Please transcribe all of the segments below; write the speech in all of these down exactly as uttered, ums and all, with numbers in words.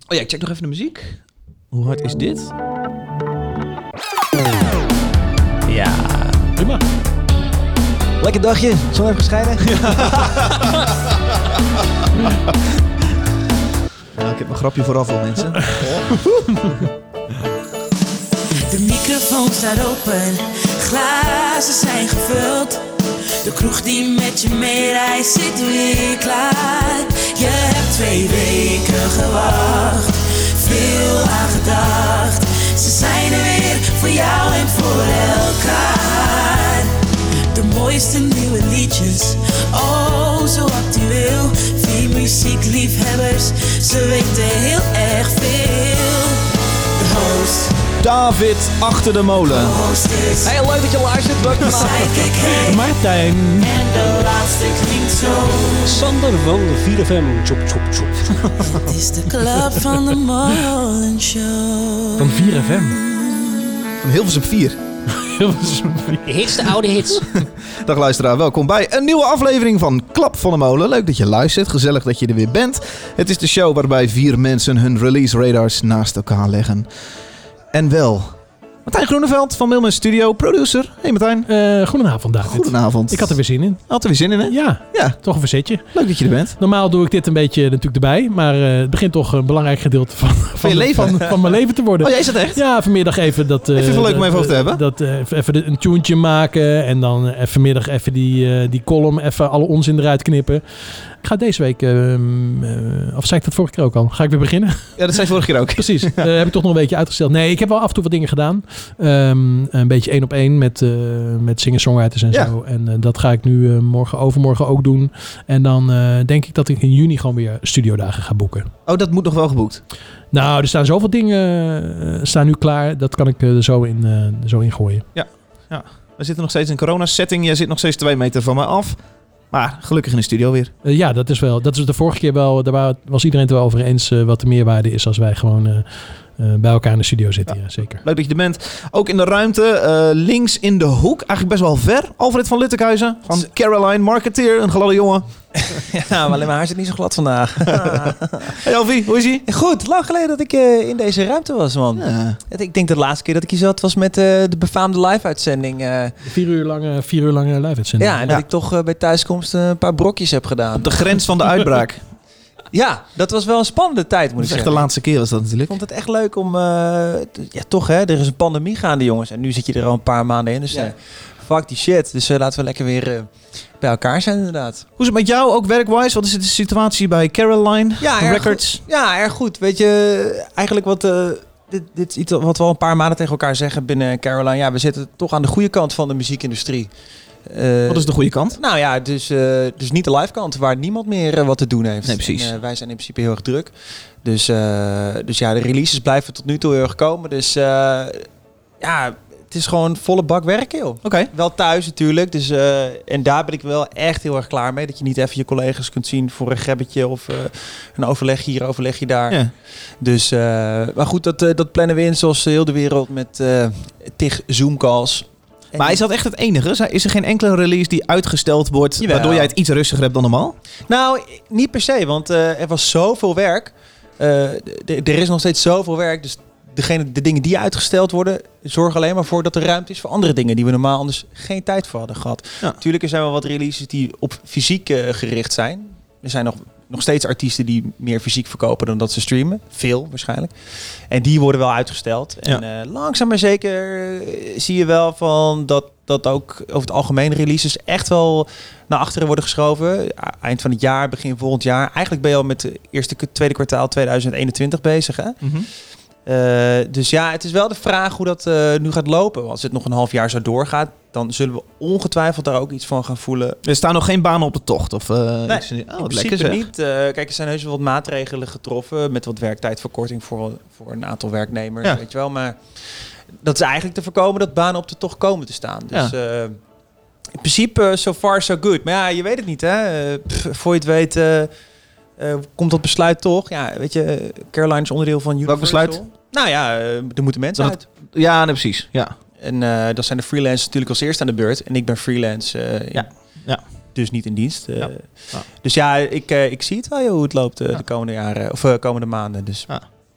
Oh ja, ik check nog even de muziek. Hoe hard is dit? Ja, prima. Lekker dagje, zon heeft gescheiden. Nou, ik heb een grapje vooraf al, mensen. De microfoon staat open, glazen zijn gevuld. De kroeg die met je meereist zit weer klaar. Je hebt twee weken gewacht, veel aan gedacht. Ze zijn er weer voor jou en voor elkaar. De mooiste nieuwe liedjes, oh zo actueel. Vier muziekliefhebbers, ze weten heel erg veel. De host David achter de molen. Hey, leuk dat je luistert. Leuk dat je Martijn. En de laatste klinkt zo. Sander van vier F M. Chop, chop, chop. Het is de club van de Molen Show. Van vier F M. Van Hilversum vier. De hits, de oude hits. Dag luisteraar, welkom bij een nieuwe aflevering van Klap van de Molen. Leuk dat je luistert, gezellig dat je er weer bent. Het is de show waarbij vier mensen hun release radars naast elkaar leggen. En wel, Martijn Groeneveld van Milman Studio, producer. Hey Martijn. Uh, goedenavond David. Goedenavond. Ik had er weer zin in. Had er weer zin in, hè? Ja, ja. Toch een verzetje. Leuk dat je er bent. Normaal doe ik dit een beetje natuurlijk erbij. Maar uh, het begint toch een belangrijk gedeelte van, van, je de, leven. Van, van mijn leven te worden. Oh, jij is dat echt? Ja, vanmiddag even dat... Uh, ik vind het wel leuk om even over te hebben. Dat, uh, even de, een tuentje maken. En dan uh, vanmiddag even die, uh, die column, even alle onzin eruit knippen. Ik ga deze week, uh, uh, of zei ik dat vorige keer ook al? Ga ik weer beginnen? Ja, dat zei je vorige keer ook. Precies. Uh, heb ik toch nog een weekje uitgesteld. Nee, ik heb wel af en toe wat dingen gedaan. Um, een beetje één op één met, uh, met singer-songwriters en ja. zo. En uh, dat ga ik nu uh, morgen, overmorgen ook doen. En dan uh, denk ik dat ik in juni gewoon weer studiodagen ga boeken. Oh, dat moet nog wel geboekt? Nou, er staan zoveel dingen uh, staan nu klaar. Dat kan ik uh, er zo in, uh, zo in gooien. Ja, ja. We zitten nog steeds in corona-setting. Jij zit nog steeds twee meter van mij af. Maar gelukkig in de studio weer. Uh, ja, dat is wel. Dat is de vorige keer wel. Daar was iedereen het wel over eens uh, wat de meerwaarde is als wij gewoon uh, uh, bij elkaar in de studio zitten. Ja. Ja, zeker. Leuk dat je er bent. Ook in de ruimte, uh, links in de hoek, eigenlijk best wel ver. Alfred van Littekhuizen van Caroline, marketeer, een gladde jongen. Ja, maar alleen mijn haar zit niet zo glad vandaag. Hey Alfie, hoe is ie? Goed, lang geleden dat ik uh, in deze ruimte was, man. Ja. Ik denk dat de laatste keer dat ik hier zat was met uh, de befaamde live-uitzending. Uh, vier uur lange, vier uur lange live-uitzending. Ja, en ja. dat ik toch uh, bij thuiskomst uh, een paar brokjes heb gedaan. Op de grens van de uitbraak. Ja, dat was wel een spannende tijd, moet Dat ik is echt zeggen. de laatste keer was dat natuurlijk. Ik vond het echt leuk om... Uh, t- ja, toch hè, er is een pandemie gaande, jongens. En nu zit je er al een paar maanden in, dus Ja. uh, fuck die shit. Dus uh, laten we lekker weer uh, bij elkaar zijn, inderdaad. Hoe is het met jou, ook werkwise? Wat is de situatie bij Caroline Ja, erg Records? goed. Ja, erg goed. Weet je, eigenlijk wat... Uh, dit, dit is iets wat we al een paar maanden tegen elkaar zeggen binnen Caroline. Ja, we zitten toch aan de goede kant van de muziekindustrie. Uh, Wat is de goede kant? Nou ja, dus, uh, dus niet de live kant waar niemand meer uh, wat te doen heeft. Nee, precies. En, uh, wij zijn in principe heel erg druk. Dus, uh, dus ja, de releases blijven tot nu toe heel erg komen. Dus uh, ja, het is gewoon volle bak werken, joh. Oké. Okay. Wel thuis natuurlijk. Dus, uh, en daar ben ik wel echt heel erg klaar mee. Dat je niet even je collega's kunt zien voor een gebbetje of uh, een overleg hier, overleg je daar. Ja. Dus, uh, maar goed, dat, uh, dat plannen we in zoals heel de wereld met uh, tig Zoom-calls. En Maar is dat echt het enige? Is er geen enkele release die uitgesteld wordt, Jawel. waardoor jij het iets rustiger hebt dan normaal? Nou, niet per se, want uh, er was zoveel werk. Uh, d- d- er is nog steeds zoveel werk, dus degene, de dingen die uitgesteld worden, zorgen alleen maar voor dat er ruimte is voor andere dingen die we normaal anders geen tijd voor hadden gehad. Ja. Natuurlijk, er zijn wel wat releases die op fysiek uh, gericht zijn. Er zijn nog, nog steeds artiesten die meer fysiek verkopen dan dat ze streamen. Veel waarschijnlijk. En die worden wel uitgesteld. Ja. En uh, langzaam maar zeker uh, zie je wel van dat, dat ook over het algemeen releases echt wel naar achteren worden geschoven. Eind van het jaar, begin volgend jaar. Eigenlijk ben je al met het eerste, tweede kwartaal tweeduizend eenentwintig bezig, hè? Mm-hmm. Uh, dus ja, het is wel de vraag hoe dat uh, nu gaat lopen. Als het nog een half jaar zo doorgaat, dan zullen we ongetwijfeld daar ook iets van gaan voelen. Er staan nog geen banen op de tocht? Of, uh, Nee, iets, oh, in wat principe lekker zeg. niet. Uh, kijk, er zijn heus wel wat maatregelen getroffen met wat werktijdverkorting voor, voor een aantal werknemers, Ja. weet je wel. Maar dat is eigenlijk te voorkomen dat banen op de tocht komen te staan. Dus Ja. uh, in principe, so far so good. Maar ja, je weet het niet, hè. Uh, pff, voor je het weet uh, uh, komt dat besluit toch. Ja, weet je, Caroline is onderdeel van Universal. Welk besluit? Nou ja, uh, er moeten mensen Dat uit. Ja, nee, precies. Ja. En uh, dan zijn de freelancers natuurlijk als eerste aan de beurt. En ik ben freelance. Uh, Ja. Ja. Dus niet in dienst. Uh, Ja. Ja. Dus ja, ik, uh, ik zie het wel joh, hoe het loopt uh, Ja. de komende jaren. Of uh, komende maanden. Dus. Ja.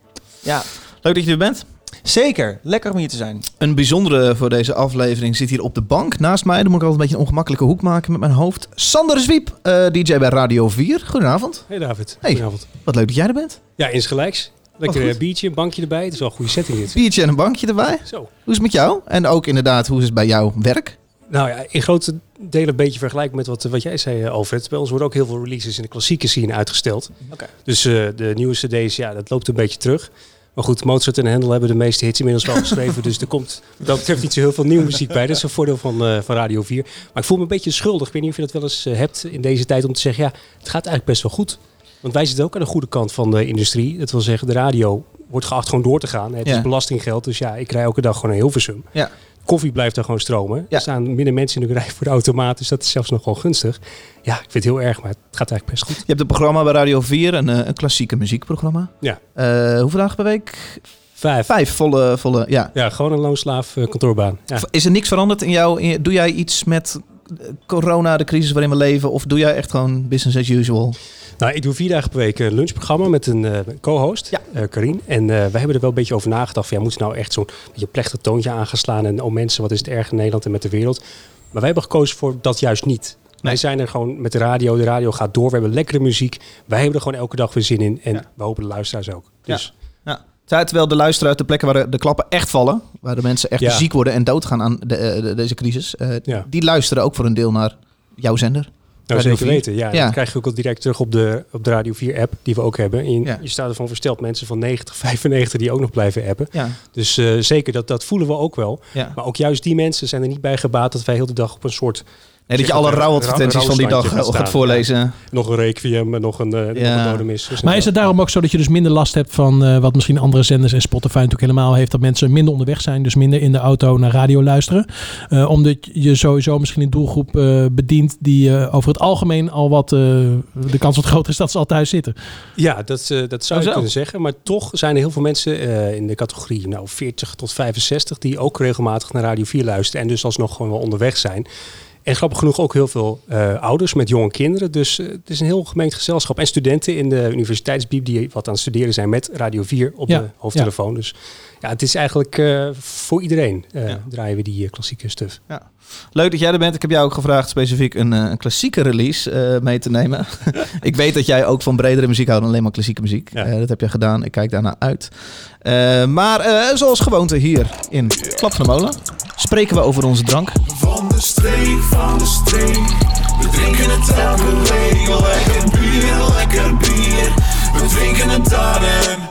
Ja, Leuk dat je er bent. zeker. Lekker om hier te zijn. Een bijzondere voor deze aflevering zit hier op de bank naast mij. Dan moet ik altijd een beetje een ongemakkelijke hoek maken met mijn hoofd. Sander Zwiep, uh, D J bij Radio vier. Goedenavond. Hey David, Hey. goedenavond. Wat leuk dat jij er bent. Ja, insgelijks. Lekker Oh, uh, goed. biertje, een bankje erbij. Het is wel een goede setting dit. Biertje en een bankje erbij. Zo. Hoe is het met jou? En ook inderdaad, hoe is het bij jouw werk? Nou ja, in grote delen een beetje vergelijkbaar met wat, wat jij zei, uh, Alfred. Bij ons worden ook heel veel releases in de klassieke scene uitgesteld. Oké. Dus uh, de nieuwe cd's, ja, dat loopt een beetje terug. Maar goed, Mozart en Handel hebben de meeste hits inmiddels wel geschreven. Dus er komt wat dat betreft niet zo heel veel nieuwe muziek bij. Dat is een voordeel van, uh, van Radio vier. Maar ik voel me een beetje schuldig. Ik weet niet of je dat wel eens uh, hebt in deze tijd om te zeggen... ja, het gaat eigenlijk best wel goed. Want wij zitten ook aan de goede kant van de industrie. Dat wil zeggen, de radio wordt geacht gewoon door te gaan. Het Ja. is belastinggeld, dus ja, ik rij elke dag gewoon een Hilversum. Ja. Koffie blijft daar gewoon stromen. Ja. Er staan minder mensen in de rij voor de automaat. Dus dat is zelfs nog wel gunstig. Ja, ik vind het heel erg, maar het gaat eigenlijk best goed. Je hebt een programma bij Radio vier, een, uh, een klassieke muziekprogramma. Ja. Uh, hoeveel dagen per week? Vijf. Vijf, volle, volle ja. Ja, gewoon een loonslaaf uh, kantoorbaan. Ja. Is er niks veranderd in jou? In- Doe jij iets met corona, de crisis waarin we leven? Of doe jij echt gewoon business as usual? Nou, ik doe vier dagen per week een lunchprogramma met een uh, co-host, Ja. uh, Karin. En uh, wij hebben er wel een beetje over nagedacht. Van, ja, moeten we nou echt zo'n beetje plechtig toontje aangeslaan? En oh mensen, wat is het erg in Nederland en met de wereld? Maar wij hebben gekozen voor dat juist niet. Wij zijn er gewoon met de radio. De radio gaat door. We hebben lekkere muziek. Wij hebben er gewoon elke dag weer zin in. En Ja. we hopen de luisteraars ook. Dus Ja. Terwijl de luisteren uit de plekken waar de, de klappen echt vallen, waar de mensen echt Ja. ziek worden en doodgaan aan de, de- deze crisis, uh, Ja. die luisteren ook voor een deel naar jouw zender. nou, Radio zeker vier. weten. Ja, Ja. Dat krijg je ook al direct terug op de, op de Radio vier app die we ook hebben. En je, Ja. je staat ervan versteld. Mensen van negentig, vijfennegentig die ook nog blijven appen. Ja. Dus uh, zeker, dat, dat voelen we ook wel. Ja. Maar ook juist die mensen zijn er niet bij gebaat dat wij heel de dag op een soort... Nee, dat je alle rouwadvertenties van die dag Rouwstandje uh, gaat staan, voorlezen. nog een requiem en nog een, uh, Ja. nog een dodemis. Dus Maar is het daarom ook zo dat je dus minder last hebt van uh, wat misschien andere zenders en Spotify natuurlijk helemaal heeft, dat mensen minder onderweg zijn, dus minder in de auto naar radio luisteren? Uh, omdat je sowieso misschien een doelgroep uh, bedient die uh, over het algemeen al wat, uh, de kans wat groter is dat ze al thuis zitten. Ja, dat, uh, dat zou Oh, je zo. kunnen zeggen. Maar toch zijn er heel veel mensen uh, in de categorie nou, veertig tot vijfenzestig... die ook regelmatig naar Radio vier luisteren en dus alsnog gewoon wel onderweg zijn. En grappig genoeg ook heel veel uh, ouders met jonge kinderen. Dus uh, het is een heel gemengd gezelschap. En studenten in de universiteitsbieb die wat aan het studeren zijn met Radio vier op Ja, de hoofdtelefoon. Dus ja, het is eigenlijk uh, voor iedereen uh, Ja. draaien we die uh, klassieke stuff. Leuk dat jij er bent. Ik heb jou ook gevraagd specifiek een, uh, een klassieke release uh, mee te nemen. Ik weet dat jij ook van bredere muziek houdt dan alleen maar klassieke muziek. Ja. Uh, dat heb je gedaan. Ik kijk daarnaar uit. Uh, maar uh, zoals gewoonte hier in Klap van de Molen spreken we over onze drank. Van de streek, van de streek. We drinken het elke week. Lekker bier, lekker bier. We drinken het dan en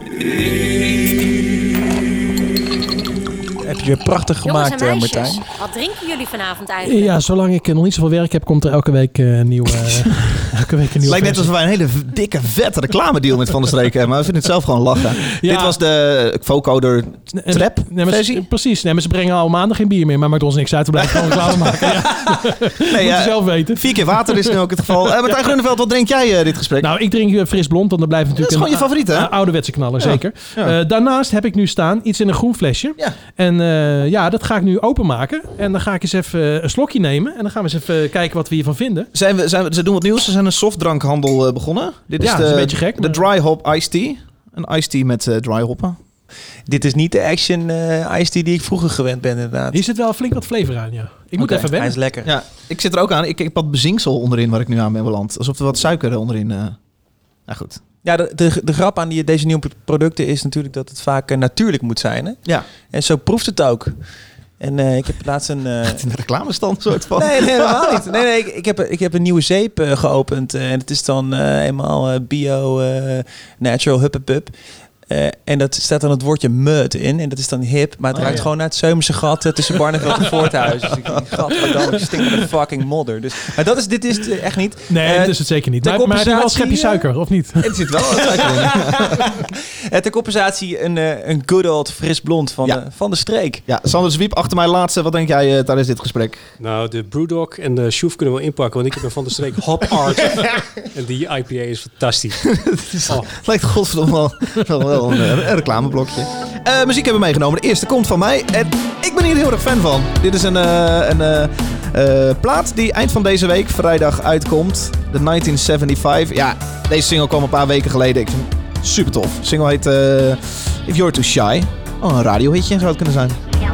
Heb je weer prachtig Jongens gemaakt, en uh, meisjes, Martijn. wat drinken jullie vanavond eigenlijk? Ja, zolang ik uh, nog niet zoveel werk heb, komt er elke week uh, een nieuwe, uh, elke week een Het nieuwe lijkt net versie. alsof wij een hele v- dikke, vette reclamedeal met Van der Streek hebben. Maar we vinden het zelf gewoon lachen. Ja. Dit was de vocoder En- trap nee, maar ze- versie. Precies, nee, maar ze brengen al maanden geen bier meer, maar maakt ons niks uit, we blijven gewoon reclame maken. Ja, Nee, moet je ja, zelf weten. vier keer water is nu ook het geval. Uh, Martijn Grunneveld, wat drink jij uh, dit gesprek? Nou, ik drink uh, fris blond, want dat blijft dat natuurlijk is gewoon je een favoriet, hè? uh, ouderwetse knaller, Ja. zeker. Ja. Uh, daarnaast heb ik nu staan iets in een groen flesje. Ja. En uh, ja, dat ga ik nu openmaken. En dan ga ik eens even uh, een slokje nemen. En dan gaan we eens even kijken wat we hiervan vinden. Zijn we, zijn we, ze doen wat nieuws. Ze zijn een softdrankhandel uh, begonnen. Dit is Ja, de, dat is een beetje gek, De maar- dry hop iced tea. Een iced tea met uh, dry hoppen. Dit is niet de Action uh, Ice Tea die ik vroeger gewend ben, inderdaad. Hier zit wel flink wat flavor aan, ja. Ik moet Oké, even Hij wennen. is lekker. Ja, ik zit er ook aan. Ik, ik heb wat bezinksel onderin waar ik nu aan ben beland. Alsof er wat suiker onderin... Uh... Nou goed. Ja, de, de, de grap aan die, deze nieuwe producten is natuurlijk dat het vaak uh, natuurlijk moet zijn. Hè? Ja, En zo proeft het ook. En uh, ik heb laatst een... Uh, in de reclamestand soort van. Nee, nee, helemaal niet. Nee, nee, ik, ik, heb, ik heb een nieuwe zeep uh, geopend. Uh, en het is dan uh, eenmaal uh, bio, uh, natural, huppepup. Uh, en dat staat dan het woordje mud in. En dat is dan hip. Maar het Oh, ruikt ja. gewoon naar het Zeumense gat uh, tussen Barneveld en Voorthuis. Dus ik denk, gadverdamme, ik stink met een fucking modder. Dus, maar dat is, dit is het echt niet. Nee, Uh, dat is het zeker niet. ter Maar, maar het is wel een schepje compensatie, suiker, of niet? Er zit wel wat suiker in. Uh, ter compensatie een, uh, een good old fris blond van, Ja. de, van de streek. Ja, Sander Zwiep, achter mij laatste. Wat denk jij uh, tijdens dit gesprek? Nou, de Brewdog en de Sjoef kunnen we wel inpakken, want ik heb een Van de Streek Hop Art. En die I P A is fantastisch. Oh. Het lijkt godverdomme wel, wel, wel een, een reclameblokje. Uh, muziek hebben we meegenomen. De eerste komt van mij. En ik ben hier heel erg fan van. Dit is een, uh, een uh, uh, plaat die eind van deze week, vrijdag, uitkomt. De negentien vijfenzeventig. Ja, deze single kwam een paar weken geleden. Ik Super tof. De single heet uh, If You're Too Shy. Oh, een radiohitje zou het kunnen zijn.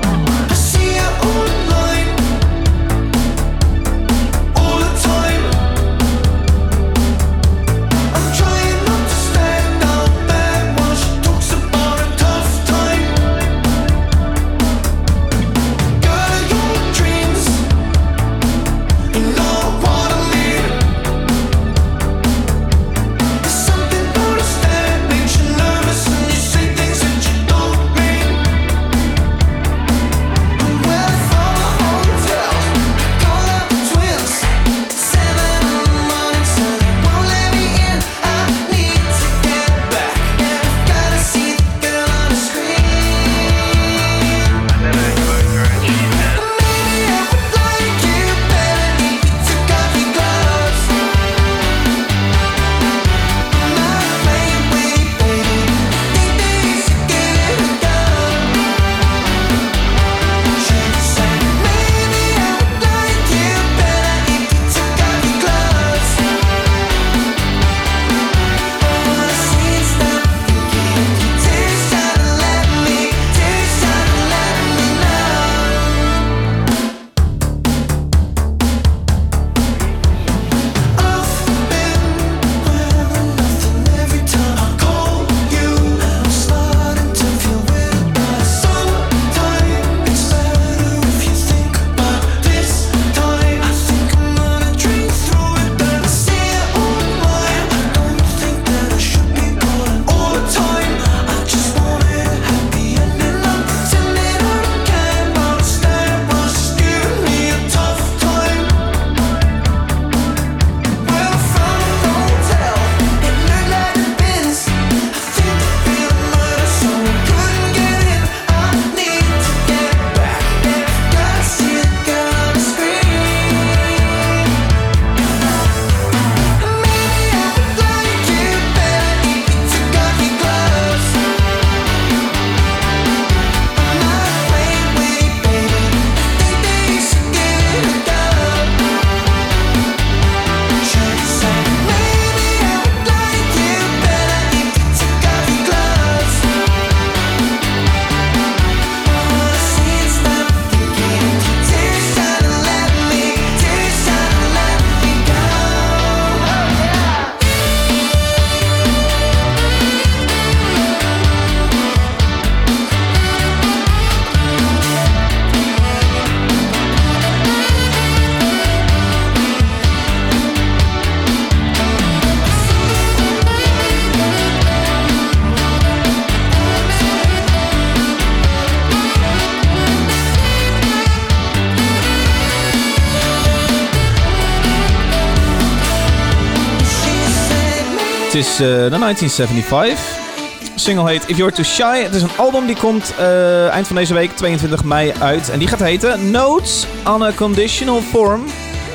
Het is uh, de negentien zevenenzeventig. De single heet If You're Too Shy. Het is een album die komt uh, eind van deze week, tweeëntwintig mei, uit. En die gaat heten Notes on a Conditional Form.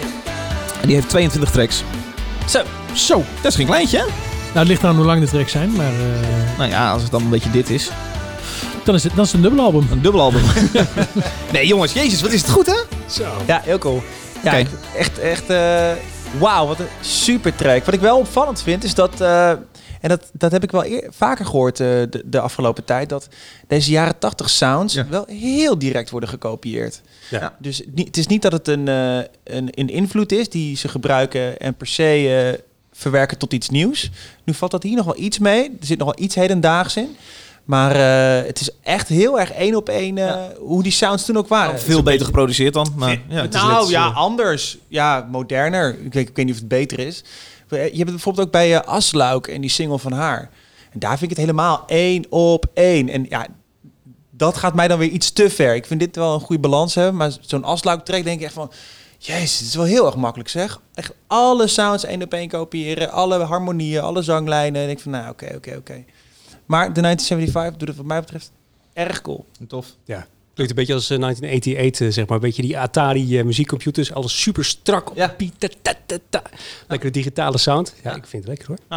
En die heeft tweeëntwintig tracks. Zo, zo. Dat is geen kleintje, hè? Nou, het ligt aan hoe lang de tracks zijn, maar... Uh... Nou ja, als het dan een beetje dit is. Dan is het, dan is het een dubbelalbum. Een dubbelalbum. Nee, jongens, jezus, wat is het goed, hè? Zo. Ja, heel cool. Ja, okay. echt, echt... Uh, Wauw, wat een super track. Wat ik wel opvallend vind, is dat... Uh, en dat, dat heb ik wel eer, vaker gehoord uh, de, de afgelopen tijd... dat deze jaren tachtig sounds ja. wel heel direct worden gekopieerd. Ja. Dus niet, het is niet dat het een, uh, een, een invloed is die ze gebruiken... en per se uh, verwerken tot iets nieuws. Nu valt dat hier nog wel iets mee. Er zit nog wel iets hedendaags in. Maar uh, het is echt heel erg één op één uh, ja. hoe die sounds toen ook waren. Nou, veel beter beetje... geproduceerd dan. Maar, ja, het is nou net, ja, uh... anders. Ja, moderner. Ik weet, ik weet niet of het beter is. Je hebt het bijvoorbeeld ook bij uh, Aslauk en die single van haar. En daar vind ik het helemaal één op één. En ja, dat gaat mij dan weer iets te ver. Ik vind dit wel een goede balans hebben. Maar zo'n Aslauk track denk ik echt van... Jezus, het is wel heel erg makkelijk zeg. Echt alle sounds één op één kopiëren. Alle harmonieën, alle zanglijnen. En ik denk van nou, oké, okay, oké, okay, oké. Okay. Maar de negentien zevenenzeventig doet het wat mij betreft erg cool. Tof. Ja. Klinkt een beetje als uh, negentien eenennegentig, zeg maar. Een beetje die Atari uh, muziekcomputers. Alles super strak. Ja. Lekkere digitale sound. Ja, ja, ik vind het lekker hoor. Ah. Ja.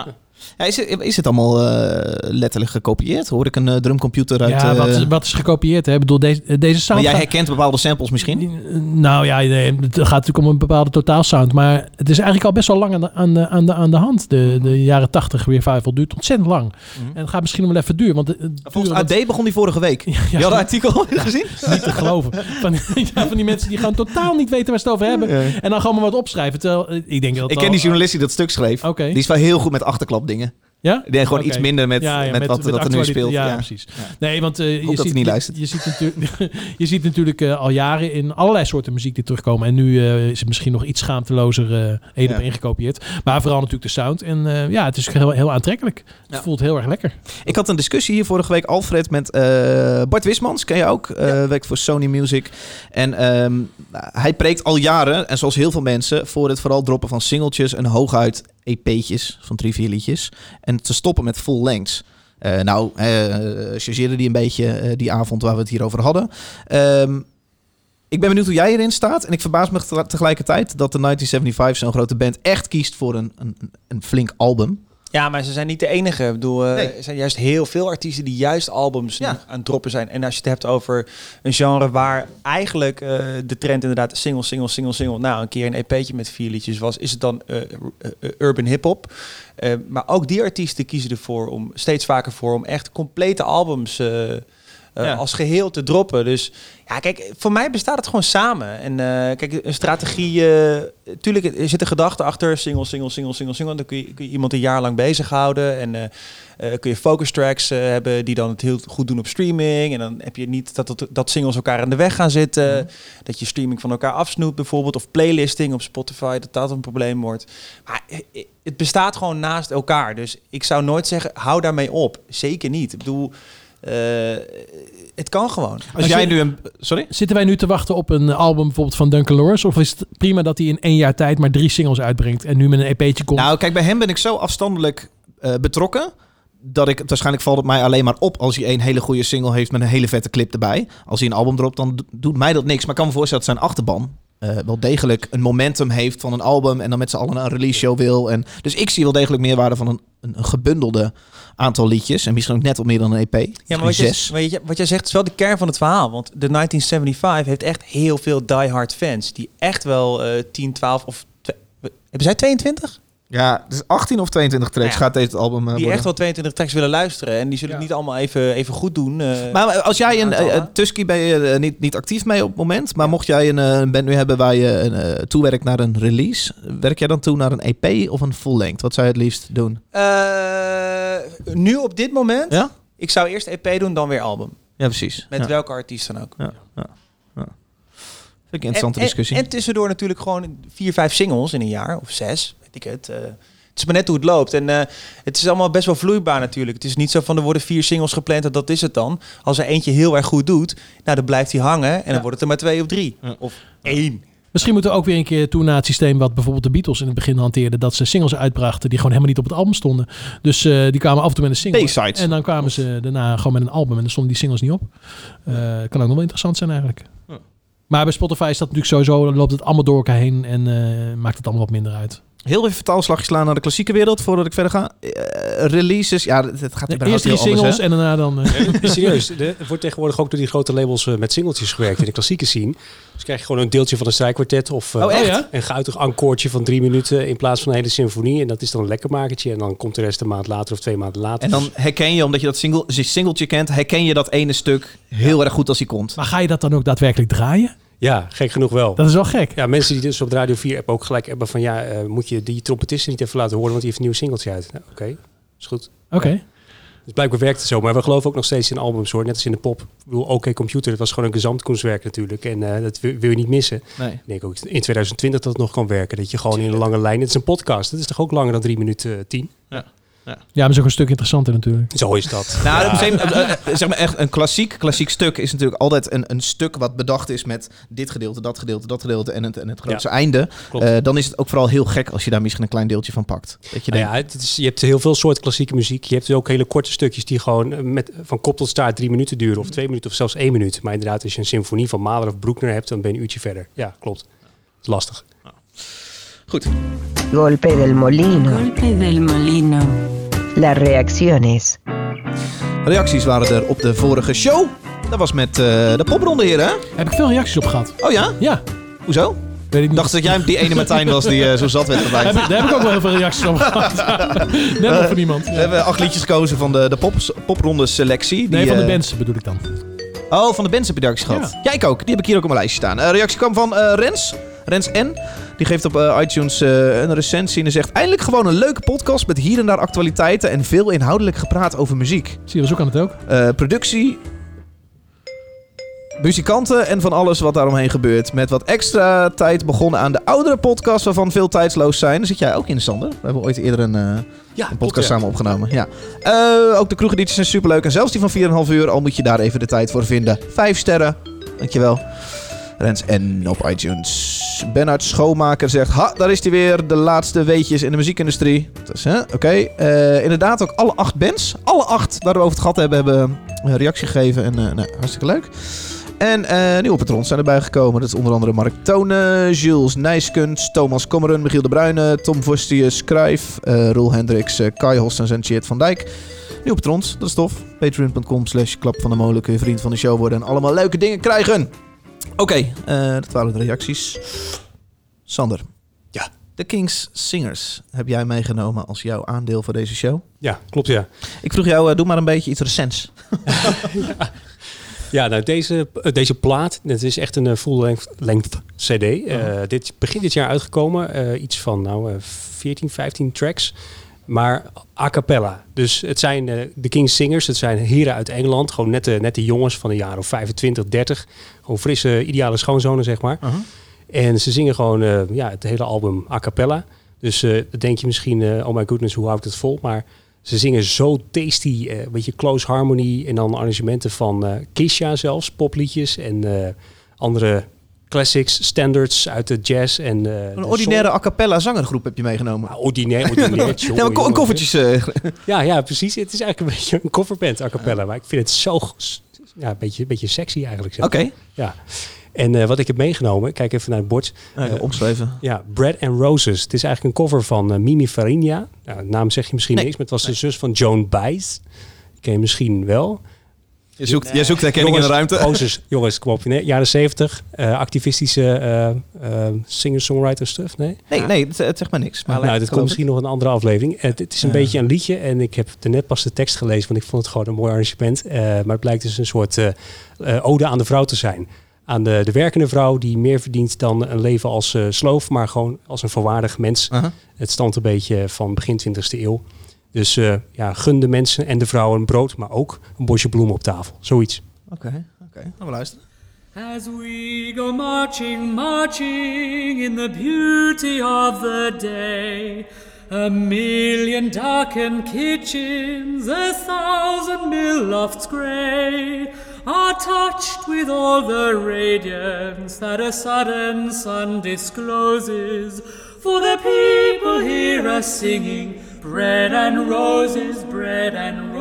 Ja, is, het, is het allemaal uh, letterlijk gekopieerd? Hoor ik een uh, drumcomputer uit... Ja, uh, wat, is, wat is gekopieerd? Hè? Ik bedoel, deze, deze sound... Maar jij gaat... herkent bepaalde samples misschien? Nou ja, nee, het gaat natuurlijk om een bepaalde totaalsound. Maar het is eigenlijk al best wel lang aan de, aan de, aan de, aan de hand. De, de jaren tachtig revival duurt ontzettend lang. Mm-hmm. En het gaat misschien nog wel even duur. Want het, het Volgens A D dat... begon die vorige week. Ja, ja, je had het artikel gezien? Niet te geloven. Van, ja, van die mensen die gewoon totaal niet weten waar ze het over hebben. Ja. En dan gewoon maar wat opschrijven. Terwijl, ik denk dat ik ken al, die journalist die dat stuk schreef. Okay. Die is wel heel goed met achterklapdingen. Ja? Die gewoon okay. iets minder met, ja, ja, met, met wat met er nu speelt. Ja, ja. precies. Ja. Nee, want uh, je, dat ziet, niet luistert. Je, je, ziet natuurlijk, je ziet natuurlijk uh, al jaren in allerlei soorten muziek die terugkomen. En nu uh, is het misschien nog iets schaamtelozer uh, één ja. op één gekopieerd. Maar vooral natuurlijk de sound. En uh, ja, het is heel, heel aantrekkelijk. Het ja. voelt heel erg lekker. Ik had een discussie hier vorige week, Alfred, met uh, Bart Wismans. Ken je ook? Uh, ja. Werkt voor Sony Music. En um, hij preekt al jaren, en zoals heel veel mensen, voor het vooral droppen van singeltjes en hooguit E P'tjes van drie, vier liedjes. En te stoppen met full lengths. Uh, nou, uh, chargeerde die een beetje uh, die avond waar we het hier over hadden. Um, ik ben benieuwd hoe jij erin staat. En ik verbaas me te- tegelijkertijd dat de negentien zevenenzeventig, zo'n grote band, echt kiest voor een, een, een flink album. Ja, maar ze zijn niet de enige. Ik bedoel, uh, nee. Er zijn juist heel veel artiesten die juist albums ja. aan het droppen zijn. En als je het hebt over een genre waar eigenlijk uh, de trend inderdaad single, single, single, single. Nou, een keer een E P'tje met vier liedjes was, is het dan uh, uh, urban hip-hop. Uh, maar ook die artiesten kiezen ervoor om steeds vaker voor om echt complete albums uh, Uh, ja. als geheel te droppen. Dus ja, kijk, voor mij bestaat het gewoon samen. En uh, kijk, een strategie... Uh, tuurlijk, er zit een gedachte achter. Single, single, single, single, single. Dan kun je, kun je iemand een jaar lang bezighouden. En uh, uh, kun je focus tracks uh, hebben die dan het heel goed doen op streaming. En dan heb je niet dat, dat, dat singles elkaar in de weg gaan zitten. Mm. Dat je streaming van elkaar afsnoept bijvoorbeeld. Of playlisting op Spotify, dat dat een probleem wordt. Maar het bestaat gewoon naast elkaar. Dus ik zou nooit zeggen, hou daarmee op. Zeker niet. Ik bedoel... Uh, het kan gewoon. Als, Als jij je, nu een... Sorry? Zitten wij nu te wachten op een album bijvoorbeeld van Duncan Lawrence? Of is het prima dat hij in één jaar tijd maar drie singles uitbrengt en nu met een E P'tje komt? Nou, kijk, bij hem ben ik zo afstandelijk uh, betrokken dat ik... Waarschijnlijk valt het mij alleen maar op als hij een hele goede single heeft met een hele vette clip erbij. Als hij een album dropt, dan do- doet mij dat niks. Maar ik kan me voorstellen dat zijn achterban Uh, wel degelijk een momentum heeft van een album en dan met z'n allen een release show wil. En, dus ik zie wel degelijk meerwaarde van een, een, een gebundelde aantal liedjes. En misschien ook net wat meer dan een E P. Ja, maar wat, je, wat, je, wat jij zegt is wel de kern van het verhaal. Want de negentien zevenenzeventig heeft echt heel veel diehard fans. Die echt wel uh, tien, twaalf of... Tw- hebben zij tweeëntwintig? Ja, dus achttien of tweeëntwintig tracks ja, gaat deze album uh, die worden. echt wel tweeëntwintig tracks willen luisteren. En die zullen ja. het niet allemaal even, even goed doen. Uh, maar als jij een... Uh, Tusky ben je uh, niet, niet actief mee op het moment. Maar ja. mocht jij een, uh, een band nu hebben waar je uh, toewerkt naar een release. Werk jij dan toe naar een E P of een full length? Wat zou je het liefst doen? Uh, nu op dit moment? Ja? Ik zou eerst E P doen, dan weer album. Ja, precies. Met ja. welke artiest dan ook. Ja, ja, ja. Vind ik een interessante en, discussie. En, en tussendoor natuurlijk gewoon vier, vijf singles in een jaar. Of zes, weet ik het. Uh, het is maar net hoe het loopt. En uh, het is allemaal best wel vloeibaar natuurlijk. Het is niet zo van er worden vier singles gepland en dat is het dan. Als er eentje heel erg goed doet, nou dan blijft hij hangen. En dan ja. wordt het er maar twee of drie. Ja. Of één. Misschien moeten we ook weer een keer toe naar het systeem wat bijvoorbeeld de Beatles in het begin hanteerden. Dat ze singles uitbrachten die gewoon helemaal niet op het album stonden. Dus uh, die kwamen af en toe met een single. B-sides. En dan kwamen ze daarna gewoon met een album en dan stonden die singles niet op. Uh, kan ook nog wel interessant zijn eigenlijk. Ja. Maar bij Spotify is dat natuurlijk sowieso, dan loopt het allemaal door elkaar heen en uh, maakt het allemaal wat minder uit. Heel even vertaalslagje slaan naar de klassieke wereld voordat ik verder ga. Uh, releases, ja, het gaat de eerst drie singles anders, en daarna dan... Uh... Ja, serieus, er wordt tegenwoordig ook door die grote labels uh, met singeltjes gewerkt in de klassieke scene. Dus krijg je gewoon een deeltje van een strijkkwartet of uh, oh, echt? een geuitig encoreetje van drie minuten in plaats van een hele symfonie. En dat is dan een lekkermakertje en dan komt de rest een maand later of twee maanden later. En dan herken je, omdat je dat single, singeltje kent, herken je dat ene stuk heel ja. erg goed als hij komt. Maar ga je dat dan ook daadwerkelijk draaien? Ja, gek genoeg wel. Dat is wel gek. Ja, mensen die dus op de Radio vier app ook gelijk hebben van ja, uh, moet je die trompetisten niet even laten horen, want die heeft een nieuw singeltje uit. Nou, Oké, okay. is goed. Oké. Okay. Ja. Dus blijkbaar werkt het zo, maar we geloven ook nog steeds in albums hoor, net als in de pop. Ik bedoel, Oké okay, Computer, dat was gewoon een gezamtkunstwerk natuurlijk en uh, dat wil, wil je niet missen. Nee. Ik denk ook in twintig twintig dat het nog kan werken, dat je gewoon in een lange lijn, het is een podcast, dat is toch ook langer dan drie minuten uh, tien? Ja. Ja. ja, maar is ook een stuk interessanter natuurlijk. Zo is dat. Nou, ja. Same, uh, uh, zeg maar echt een klassiek, klassiek stuk is natuurlijk altijd een, een stuk wat bedacht is met dit gedeelte, dat gedeelte, dat gedeelte en het, en het grootste ja. einde. Uh, dan is het ook vooral heel gek als je daar misschien een klein deeltje van pakt. Dat je, nou denkt, ja, het is, je hebt heel veel soorten klassieke muziek. Je hebt ook hele korte stukjes die gewoon met, van kop tot staart drie minuten duren. Of twee minuten of zelfs één minuut. Maar inderdaad, als je een symfonie van Mahler of Bruckner hebt, dan ben je een uurtje verder. Ja, klopt. Het is lastig. Goed. Golpe del molino. Golpe del molino. las reacciones. Reacties waren er op de vorige show. Dat was met uh, de popronde, heren. Heb ik veel reacties op gehad. Oh ja? Ja. Hoezo? Weet ik Ik dacht dat jij die ene Martijn was die uh, zo zat werd erbij. Heb ik, daar heb ik ook wel heel veel reacties op gehad. Net nog van iemand. We hebben acht liedjes gekozen van de, de pop, popronde selectie. Die, Nee, van de uh, bands bedoel ik dan. Oh, van de bands heb je reacties gehad. Ja. Ja, ik ook. Die heb ik hier ook op mijn lijstje staan. Uh, reactie kwam van uh, Rens. Rens N. Die geeft op uh, iTunes uh, een recensie en die zegt... Eindelijk gewoon een leuke podcast met hier en daar actualiteiten... en veel inhoudelijk gepraat over muziek. Sirius ook aan het ook. Uh, productie... muzikanten en van alles wat daaromheen gebeurt. Met wat extra tijd begonnen aan de oudere podcasts... waarvan veel tijdsloos zijn. Daar zit jij ook in, Sander. We hebben ooit eerder een, uh, Ja, een podcast klopt, ja. samen opgenomen. Ja. Uh, ook de kroegedities zijn superleuk. En zelfs die van vier komma vijf uur, al moet je daar even de tijd voor vinden. Vijf sterren. Dankjewel. Rens en op iTunes. Bernard Schoonmaker zegt... Ha, daar is hij weer. De laatste weetjes in de muziekindustrie. Dus, hè? Oké. Okay. Uh, inderdaad, ook alle acht bands. Alle acht waar we over het gehad hebben... hebben een reactie gegeven. En uh, nou, hartstikke leuk. En uh, nieuwe patrons zijn erbij gekomen. Dat is onder andere Mark Tonen, Jules Nijskens, Thomas Kommeren, Michiel de Bruyne, Tom Vostius, Cruijff, uh, Roel Hendricks, uh, Kai Hostens en Tjeerd van Dijk. Nieuwe patrons, dat is tof. Patreon.com slash klap van de molen kun je vriend van de show worden en allemaal leuke dingen krijgen. Oké, okay, uh, dat waren de reacties. Sander. Ja. De Kings Singers heb jij meegenomen als jouw aandeel voor deze show? Ja, klopt ja. Ik vroeg jou, uh, doe maar een beetje iets recents. ja. Ja, nou deze, deze plaat, het is echt een uh, full-length length C D. Uh, uh-huh. Dit begin dit jaar uitgekomen. Uh, iets van nou, uh, veertien, vijftien tracks. Maar a cappella. Dus het zijn uh, de Kings Singers. Het zijn heren uit Engeland. Gewoon net de, net de jongens van de jaren of vijfentwintig, dertig. Gewoon frisse, ideale schoonzonen, zeg maar. Uh-huh. En ze zingen gewoon uh, ja, het hele album a cappella. Dus uh, dan denk je misschien, uh, oh my goodness, hoe hou ik het vol? Maar ze zingen zo tasty, uh, een beetje close harmony en dan arrangementen van uh, Kesha zelfs, popliedjes en uh, andere classics, standards uit de jazz. En, uh, een ordinaire a cappella zangergroep heb je meegenomen. Ah, ordinair, ordinair. nee, maar ko- koffertjes. Uh. ja, ja, precies. Het is eigenlijk een beetje een coverband a cappella, maar ik vind het zo, ja, een beetje, een beetje sexy eigenlijk. Oké. Okay. Ja. En uh, wat ik heb meegenomen, kijk even naar het bord. Uh, uh, omschrijven. Ja, Bread and Roses. Het is eigenlijk een cover van uh, Mimi Farinha. Nou, de naam zeg je misschien nee. niks, maar het was nee. de zus van Joan Baez. Ken je misschien wel. Je zoekt, nee. jij zoekt herkenning jongens, in de ruimte. Jongens, jongens, kom op. Nee, jaren zeventig. Uh, activistische uh, uh, singer-songwriter stuff, nee? Nee, nee het, het zegt maar niks. Maar nou, dat komt misschien nog een andere aflevering. Het, het is een uh. beetje een liedje en ik heb er net pas de tekst gelezen, want ik vond het gewoon een mooi arrangement. Uh, maar het blijkt dus een soort uh, uh, ode aan de vrouw te zijn. Aan de, de werkende vrouw die meer verdient dan een leven als uh, sloof, maar gewoon als een volwaardig mens. Uh-huh. Het stamt een beetje van begin twintigste eeuw. Dus uh, ja, gun de mensen en de vrouwen een brood, maar ook een bosje bloemen op tafel. Zoiets. Oké, okay, oké. Okay. Gaan we luisteren. As we go marching, marching in the beauty of the day, a million darkened kitchens, a thousand mill lofts grey, are touched with all the radiance that a sudden sun discloses. For the people hear us singing, bread and roses, bread and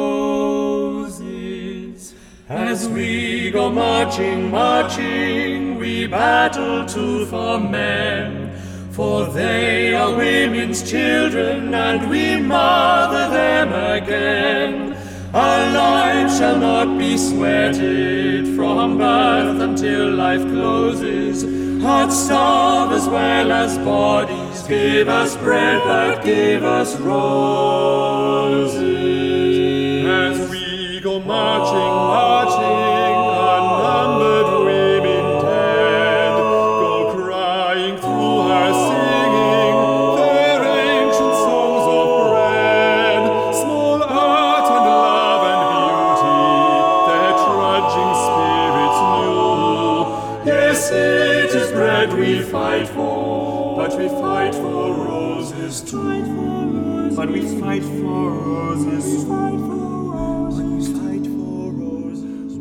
roses. As we go marching, marching, we battle tooth for men. For they are women's children, and we mother them again. Our lives shall not be sweated from birth until life closes. Hearts starve as well as bodies. Give us bread, but give us roses. As we go marching, marching, unnumbered women dead go crying through her singing their ancient songs of bread. Small art and love and beauty their trudging spirits knew. Yes, it is bread we fight for, but we fight for roses too. But we fight for roses. We fight for roses. We fight for roses.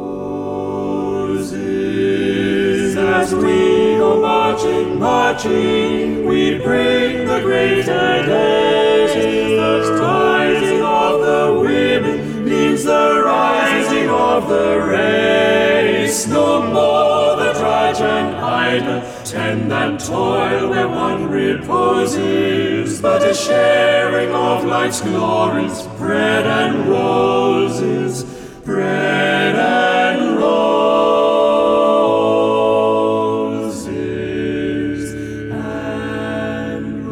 Roses. As we go marching, marching, we bring the greater day. The rising of the women means the rising of the race. No more the drudge and I. neither tend and toil where one reposes, but a sharing of life's glories, bread and roses, bread and roses, and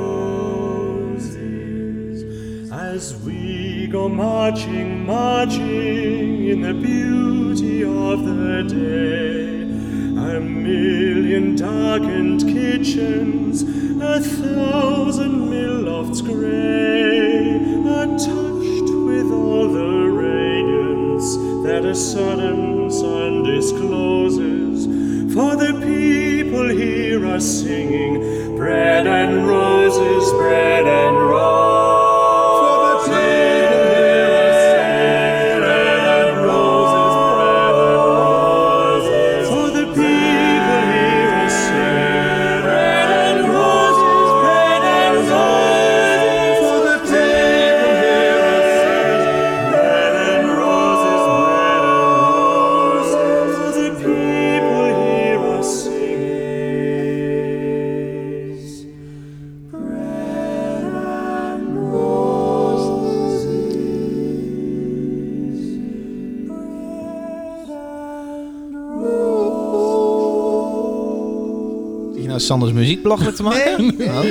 roses. As we go marching, marching in the beauty of the day, a million darkened kitchens, a thousand mill lofts grey, are touched with all the radiance that a sudden sun discloses. For the people here are singing, bread and roses, bread and roses. For the people here are singing, bread and roses, bread and roses. For the people here are singing, bread and roses, bread and roses. For the people here are singing, bread and roses, bread and roses. For the people here are singing, bread and roses, Zit je nou Sanders muziek belachelijk te maken? Nee, oh.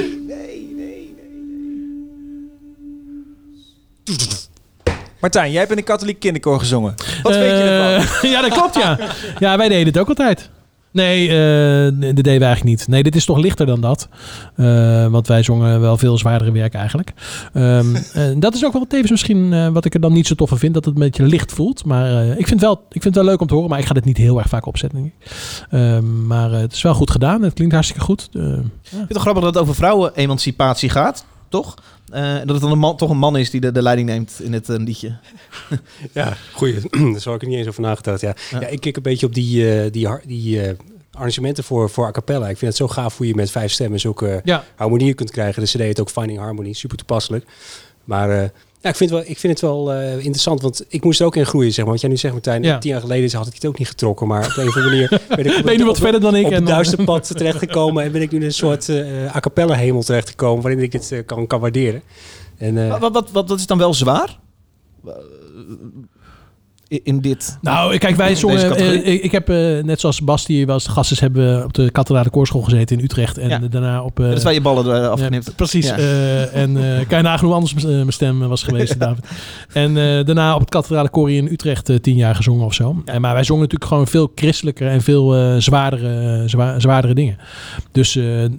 Martijn, jij hebt in de katholieke kinderkoor gezongen. Wat Uh, weet je ervan? Ja, dat klopt, ja. Ja, wij deden het ook altijd. Nee, uh, dat deden we eigenlijk niet. Nee, dit is toch lichter dan dat. Uh, want wij zongen wel veel zwaardere werken eigenlijk. Um, uh, dat is ook wel tevens misschien uh, wat ik er dan niet zo tof van vind. Dat het een beetje licht voelt. Maar uh, ik, vind wel, ik vind het wel leuk om te horen. Maar ik ga dit niet heel erg vaak opzetten, denk ik. Uh, maar uh, het is wel goed gedaan. Het klinkt hartstikke goed. Uh, ja. Ik vind het grappig dat het over vrouwen-emancipatie gaat, toch? Uh, dat het dan een man, toch een man is die de, de leiding neemt in het uh, liedje. Ja, goeie. Daar zou ik er niet eens over nagedacht. Ja. Ja. Ja, ik kijk een beetje op die, uh, die, har- die uh, arrangementen voor, voor a cappella. Ik vind het zo gaaf hoe je met vijf stemmen zulke Ja. harmonieën kunt krijgen. De C D heet ook Finding Harmony. Super toepasselijk. Maar uh, ja, ik, vind wel, ik vind het wel uh, interessant, want ik moest er ook in groeien, zeg maar. Wat jij nu zegt, Martijn, Ja. tien jaar geleden had ik het ook niet getrokken, maar op een of andere manier ben ik op Ben je nu wat op- verder dan ik? op en het dan- duisterpad terechtgekomen en ben ik nu in een soort uh, a cappella hemel terechtgekomen waarin ik het uh, kan, kan waarderen. En, uh, Wat, wat, wat, wat is dan wel zwaar? Uh, in, in dit... Nou, kijk, wij Deze zongen... categorie? Uh, ik, ik heb, uh, net zoals Bas, die wel eens de gast is, hebben we op de kathedrale koorschool gezeten in Utrecht. En Ja. daarna op... Uh, dat is waar je ballen er afgeknipt. Ja, precies. Ja. Uh, en uh, kan je nagaan hoe anders uh, mijn stem was geweest, David. En uh, daarna op het kathedrale koor in Utrecht uh, tien jaar gezongen of zo. En, maar wij zongen natuurlijk gewoon veel christelijker en veel uh, zwaardere, uh, zwa- zwaardere dingen. Dus uh, uh,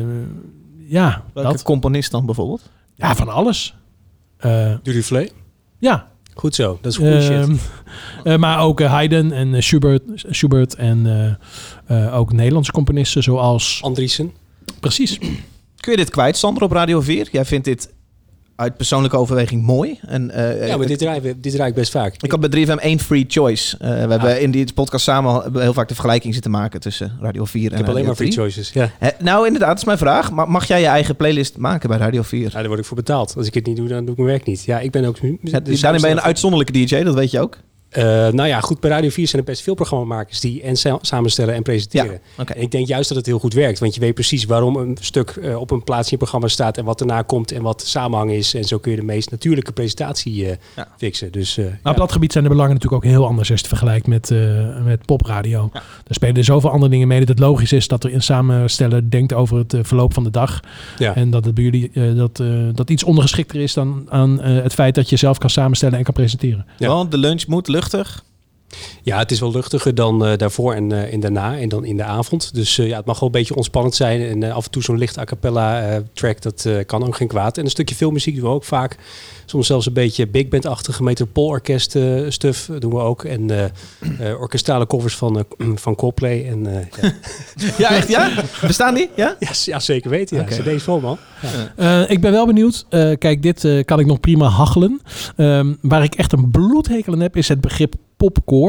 ja, Welke dat. componist dan bijvoorbeeld? Ja, van alles. Uh, Duduflé? ja. Goed zo, dat is goede shit. Uh, uh, maar ook uh, Haydn en uh, Schubert, Schubert en uh, uh, ook Nederlandse componisten zoals... Andriessen? Precies. Kun je dit kwijt, Sander, op Radio vier? Jij vindt dit uit persoonlijke overweging mooi. En, uh, Ja, maar dit draai, dit draai ik best vaak. Ik had bij drie F M één free choice. Uh, we ja. hebben in die podcast samen hebben we heel vaak de vergelijking zitten maken tussen Radio vier en Ik heb Radio alleen maar free drie. choices. Ja. He, nou, inderdaad, dat is mijn vraag. Ma- mag jij je eigen playlist maken bij Radio vier? Ja, daar word ik voor betaald. Als ik het niet doe, dan doe ik mijn werk niet. Ja, ik ben ook... Ja, daarin ben je een uitzonderlijke D J, dat weet je ook. Uh, nou ja, goed, bij Radio vier zijn er best veel programmamakers die en sa- samenstellen en presenteren. Ja, okay. En ik denk juist dat het heel goed werkt, want je weet precies waarom een stuk uh, op een plaats in je programma staat en wat erna komt en wat de samenhang is. En zo kun je de meest natuurlijke presentatie uh, ja. fixen. Dus, uh, maar ja. op dat gebied zijn de belangen natuurlijk ook heel anders als je het vergelijkt met, uh, met popradio. Ja. Er spelen er zoveel andere dingen mee dat het logisch is dat er een samensteller denkt over het uh, verloop van de dag. Ja. En dat het bij jullie uh, dat, uh, dat iets ondergeschikter is dan aan uh, het feit dat je zelf kan samenstellen en kan presenteren. Ja. Want de lunch moet luchtig. Ja, het is wel luchtiger dan uh, daarvoor en, uh, en daarna en dan in de avond. Dus uh, ja, het mag wel een beetje ontspannend zijn. En uh, af en toe zo'n licht a cappella uh, track, dat uh, kan ook geen kwaad. En een stukje filmmuziek doen we ook vaak. Soms zelfs een beetje big band-achtige metropoolorkest uh, stuff doen we ook. En uh, uh, orkestrale covers van, uh, van Coldplay. En, uh, ja. ja, echt ja? Bestaan die? Ja, ja, ja zeker weten. Ja. Okay. C D's vol, man. Ja. Uh, ik ben wel benieuwd. Uh, kijk, dit uh, kan ik nog prima hachelen. Um, waar ik echt een bloedhekel aan heb, is het begrip popcore.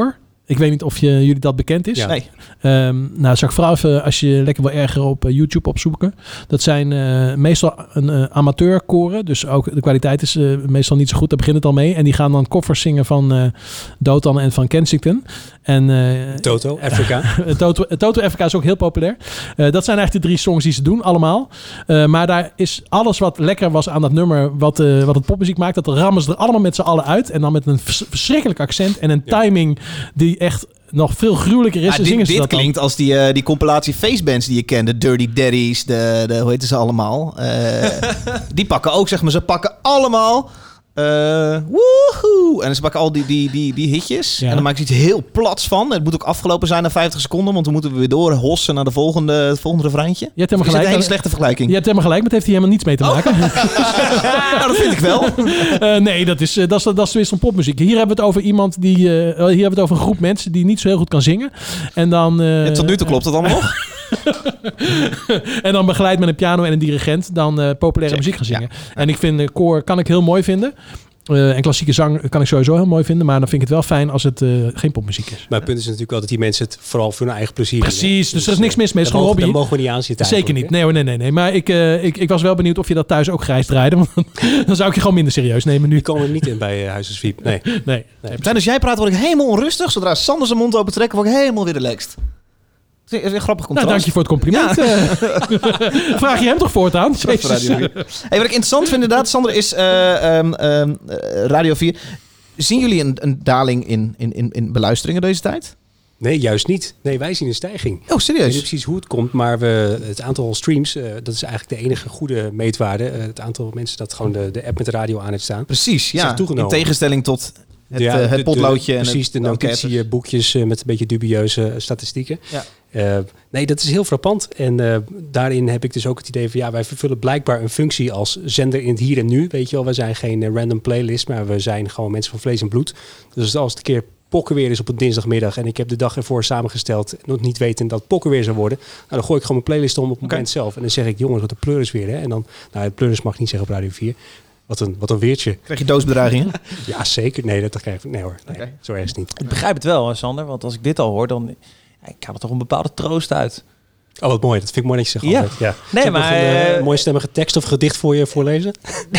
Ik weet niet of je, jullie dat bekend is. Ja. Nee. Um, nou, zou ik vooral even, als je lekker wil erger op uh, YouTube opzoeken. Dat zijn uh, meestal een uh, amateurkoren. Dus ook de kwaliteit is uh, meestal niet zo goed. Daar begint het al mee. En die gaan dan koffers zingen van uh, Dotan en van Kensington. En, uh, Toto, Afrika. Toto, Toto Afrika is ook heel populair. Uh, dat zijn eigenlijk de drie songs die ze doen, allemaal. Uh, maar daar is alles wat lekker was aan dat nummer, wat, uh, wat het popmuziek maakt, dat rammen ze er allemaal met z'n allen uit. En dan met een vers- verschrikkelijk accent en een Ja. timing die echt nog veel gruwelijker is. Ja, En dit zingen ze dit dat dan. klinkt als die, uh, die compilatie facebands die je kende. Dirty Daddies, de, de, hoe heten ze allemaal? Uh, die pakken ook, zeg maar, ze pakken allemaal... Uh, woehoe! En ze pakken al die, die, die, die hitjes. Ja. En dan maken ze iets heel plats van. Het moet ook afgelopen zijn na vijftig seconden. Want dan moeten we weer door hossen naar de volgende, het volgende refreintje. Je hebt Is helemaal het een gelijk. hele slechte vergelijking? Je hebt helemaal gelijk, maar het heeft hier helemaal niets mee te maken. Nou, dat vind ik wel. Uh, nee, dat is, uh, dat is, dat is tenminste van popmuziek. Hier hebben we het over iemand die... Uh, hier hebben we het over een groep mensen die niet zo heel goed kan zingen. En dan... Uh, Ja, tot nu toe klopt het allemaal nog. en dan begeleid met een piano en een dirigent dan uh, populaire Check. muziek gaan zingen. Ja. En ik vind de koor kan ik heel mooi vinden. Uh, en klassieke zang kan ik sowieso heel mooi vinden. Maar dan vind ik het wel fijn als het uh, geen popmuziek is. Maar het punt is natuurlijk wel dat die mensen het vooral voor hun eigen plezier doen. hè. Precies, dus er is niks mis mee. Het is daar gewoon mogen, hobby. daar mogen we niet aan zitten. Zeker niet. eigenlijk, Nee, hoor, nee, nee, nee. Maar ik, uh, ik, ik was wel benieuwd of je dat thuis ook grijs draaide. Want dan zou ik je gewoon minder serieus nemen hè. nu. Die komen er niet in bij uh, Huis en Swiep. Nee. Nee. nee. Tijdens jij praat word ik helemaal onrustig. Zodra Sander zijn mond open trekt, word ik helemaal weer relaxed. Het is een grappig Nou, contrast. dank je voor het compliment. Uh, vraag je hem toch voortaan? Voor Radio vier. Hey, wat ik interessant vind inderdaad, Sander, is uh, um, um, uh, Radio vier. Zien jullie een, een daling in, in, in, in beluisteringen deze tijd? Nee, juist niet. Nee, wij zien een stijging. Oh, Ik weet serieus? niet precies hoe het komt, maar we, het aantal streams, uh, dat is eigenlijk de enige goede meetwaarde. Uh, het aantal mensen dat gewoon de, de app met de radio aan heeft staan. Precies, Is ja. echt toegenomen. In tegenstelling tot het, Ja, uh, de- het de- potloodje. en precies, het, de notitieboekjes uh, met een beetje dubieuze uh, statistieken. Ja. Uh, nee, dat is heel frappant. En uh, daarin heb ik dus ook het idee van... ja, wij vervullen blijkbaar een functie als zender in het hier en nu. Weet je wel, we zijn geen uh, random playlist... maar we zijn gewoon mensen van vlees en bloed. Dus als het een keer pokken weer is op een dinsdagmiddag... en ik heb de dag ervoor samengesteld... nog niet weten dat pokken weer zou worden... nou, dan gooi ik gewoon mijn playlist om op het moment zelf. En dan zeg ik, jongens, wat een pleuris weer. Hè? En dan, nou, het pleuris mag ik niet zeggen op Radio vier... Wat een, wat een weertje. Krijg je doosbedreigingen? Ja, zeker. Nee, dat krijg ik. Nee hoor. Nee, Oké. Zo erg is het niet. Ik begrijp het wel, Sander. Want als ik dit al hoor, dan ja, ik haal er toch een bepaalde troost uit. Oh, wat mooi. Dat vind ik mooi dat je zegt Ja. altijd. Ja. Nee, Zal ik maar, nog een uh, eh, mooie stemmige tekst of gedicht voor je voorlezen?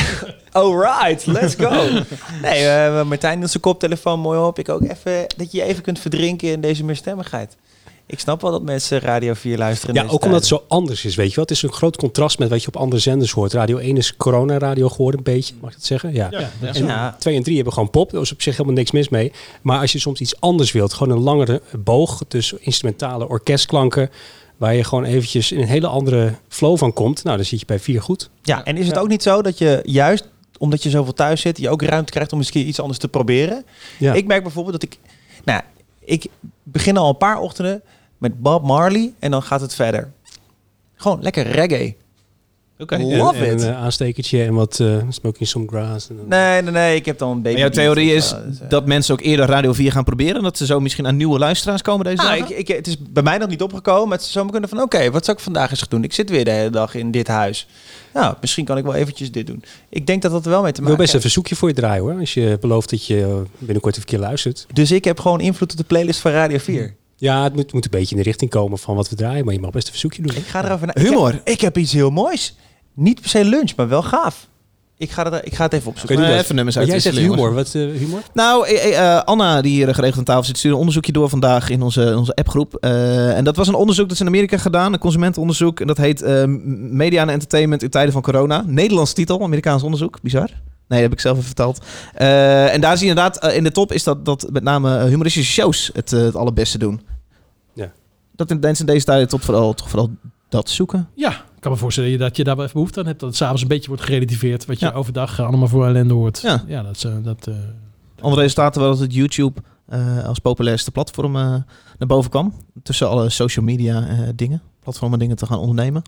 Alright, let's go. Nee, uh, Martijn doet zijn koptelefoon mooi op. Ik ook even, dat je je even kunt verdrinken in deze meerstemmigheid. Ik snap wel dat mensen Radio vier luisteren. in Ja, deze ook omdat het tijden. zo anders is, weet je wel. Het is een groot contrast met wat je op andere zenders hoort. Radio één is corona-radio geworden, een beetje. Mag ik dat zeggen? Ja. Ja, dat is En Ja. twee en drie hebben gewoon pop. Daar is op zich helemaal niks mis mee. Maar als je soms iets anders wilt, gewoon een langere boog. Dus instrumentale orkestklanken. Waar je gewoon eventjes in een hele andere flow van komt. Nou, dan zit je bij vier goed. Ja, en is het Ja. ook niet zo dat je juist, omdat je zoveel thuis zit, je ook ruimte krijgt om eens een keer iets anders te proberen? Ja. Ik merk bijvoorbeeld dat ik, nou, ik begin al een paar ochtenden met Bob Marley en dan gaat het verder. Gewoon lekker reggae. Oké. En- Love en it. een uh, aanstekertje en wat uh, smoking some grass. En dan- Nee, nee, nee, ik heb dan een baby. Maar jouw theorie beat. is Ja, dus, eh, dat mensen ook eerder Radio vier gaan proberen? Dat ze zo misschien aan nieuwe luisteraars komen deze Nou, dagen? ik, ik, het is bij mij nog niet opgekomen. Maar het zou me kunnen van, oké, wat zou ik vandaag eens gaan doen? Ik zit weer de hele dag in dit huis. Nou, misschien kan ik wel eventjes dit doen. Ik denk dat dat er wel mee te Ik wil maken best een heeft. verzoekje voor je draaien hoor. Als je belooft dat je uh, binnenkort even een keer luistert. Dus ik heb gewoon invloed op de playlist van Radio vier. Ja, het moet, moet een beetje in de richting komen van wat we draaien. Maar je mag best een verzoekje doen. Ik ga erover na. Humor. Ik heb, ik heb iets heel moois. Niet per se lunch, maar wel gaaf. Ik ga, er, ik ga het even opzoeken. Oké, doe Maar dat. even nummers Maar jij zegt uitwisselen, humor. Wat uh, humor? Nou, eh, eh, Anna, die hier geregeld aan tafel zit, stuurde een onderzoekje door vandaag in onze, in onze appgroep. Uh, en dat was een onderzoek dat is in Amerika gedaan, een consumentenonderzoek. En dat heet uh, Media en Entertainment in tijden van corona. Nederlands titel, Amerikaans onderzoek. Bizar. Nee, dat heb ik zelf even verteld. Uh, en daar zie je inderdaad, uh, in de top is dat, dat met name humoristische shows het, uh, het allerbeste doen. Ja. Dat in, in deze tijden toch vooral, toch vooral dat zoeken. Ja, ik kan me voorstellen dat je daar wel even behoefte aan hebt. Dat het s'avonds een beetje wordt gerelativeerd. Wat je Ja. overdag allemaal voor ellende hoort. Ja. ja dat is... uh, dat, uh, Andere resultaten wel dat het YouTube uh, als populairste platform uh, naar boven kwam. Tussen alle social media uh, dingen. Platformen dingen te gaan ondernemen.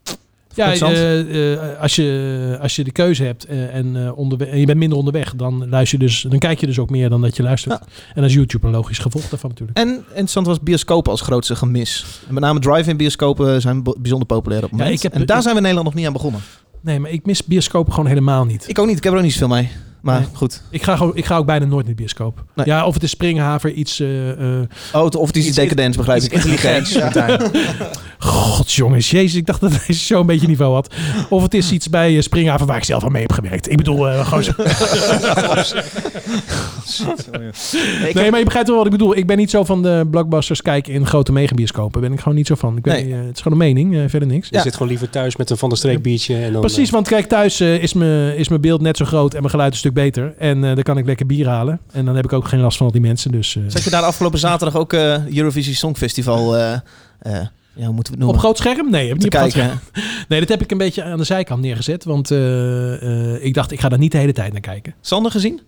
Ja, Interessant. uh, uh, als, je, als je de keuze hebt uh, en, uh, onderweg, en je bent minder onderweg, dan, luister je dus, dan kijk je dus ook meer dan dat je luistert. Ja. En dan is YouTube een logisch gevolg daarvan natuurlijk. En interessant was bioscopen als grootste gemis. En met name drive-in bioscopen zijn bo- bijzonder populair op het Ja, moment. ik heb- en daar ik- zijn we in Nederland nog niet aan begonnen. Nee, maar ik mis bioscopen gewoon helemaal niet. Ik ook niet, ik heb er ook niet zoveel mee. Maar Nee. goed. Ik ga, gewoon, ik ga ook bijna nooit in de bioscoop. Nee. Ja, of het is Springhaven, iets... Uh, uh, Oh, of het is iets decadents, begrijp ik. Intelligent, Martijn. God, jongens, jezus, ik dacht dat deze show een beetje niveau had. Of het is iets bij uh, Springhaven waar ik zelf aan mee heb gewerkt. Ik bedoel, uh, gewoon zo... Nee, maar je begrijpt wel wat ik bedoel. Ik ben niet zo van de blockbusters kijken in grote megabioscopen. Daar ben ik gewoon niet zo van. Ik ben, Nee. uh, het is gewoon een mening, uh, verder niks. Je zit gewoon liever thuis met een Van der Streek biertje. En dan, Precies, uh, want kijk, thuis uh, is mijn is mijn beeld net zo groot en mijn geluid een stuk beter. En uh, dan kan ik lekker bier halen. En dan heb ik ook geen last van al die mensen. Dus, uh, Zat je daar afgelopen zaterdag ook uh, Eurovisie Songfestival... Uh, uh, ja, hoe moeten we het noemen? op groot scherm? Nee, heb ik te niet op groot kijken. scherm. Nee, dat heb ik een beetje aan de zijkant neergezet. Want uh, uh, ik dacht, ik ga daar niet de hele tijd naar kijken. Sander gezien?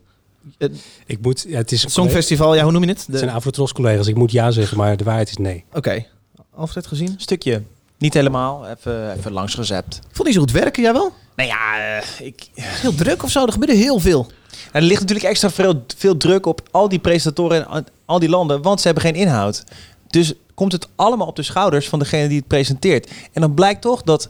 ik moet, ja, het is een Het Songfestival, ja, hoe noem je het? Het De... zijn Afrotros collega's. Ik moet ja zeggen, maar de waarheid is nee. Oké. Okay. Alfred gezien? Stukje. Niet helemaal. Even, even langs gezept. Ik vond niet zo goed werken, jij wel? Nou ja, uh, ik... Het is heel druk of zo. Er gebeurde heel veel. En er ligt natuurlijk extra veel, veel druk op al die presentatoren en al die landen, want ze hebben geen inhoud. Dus komt het allemaal op de schouders van degene die het presenteert. En dan blijkt toch dat,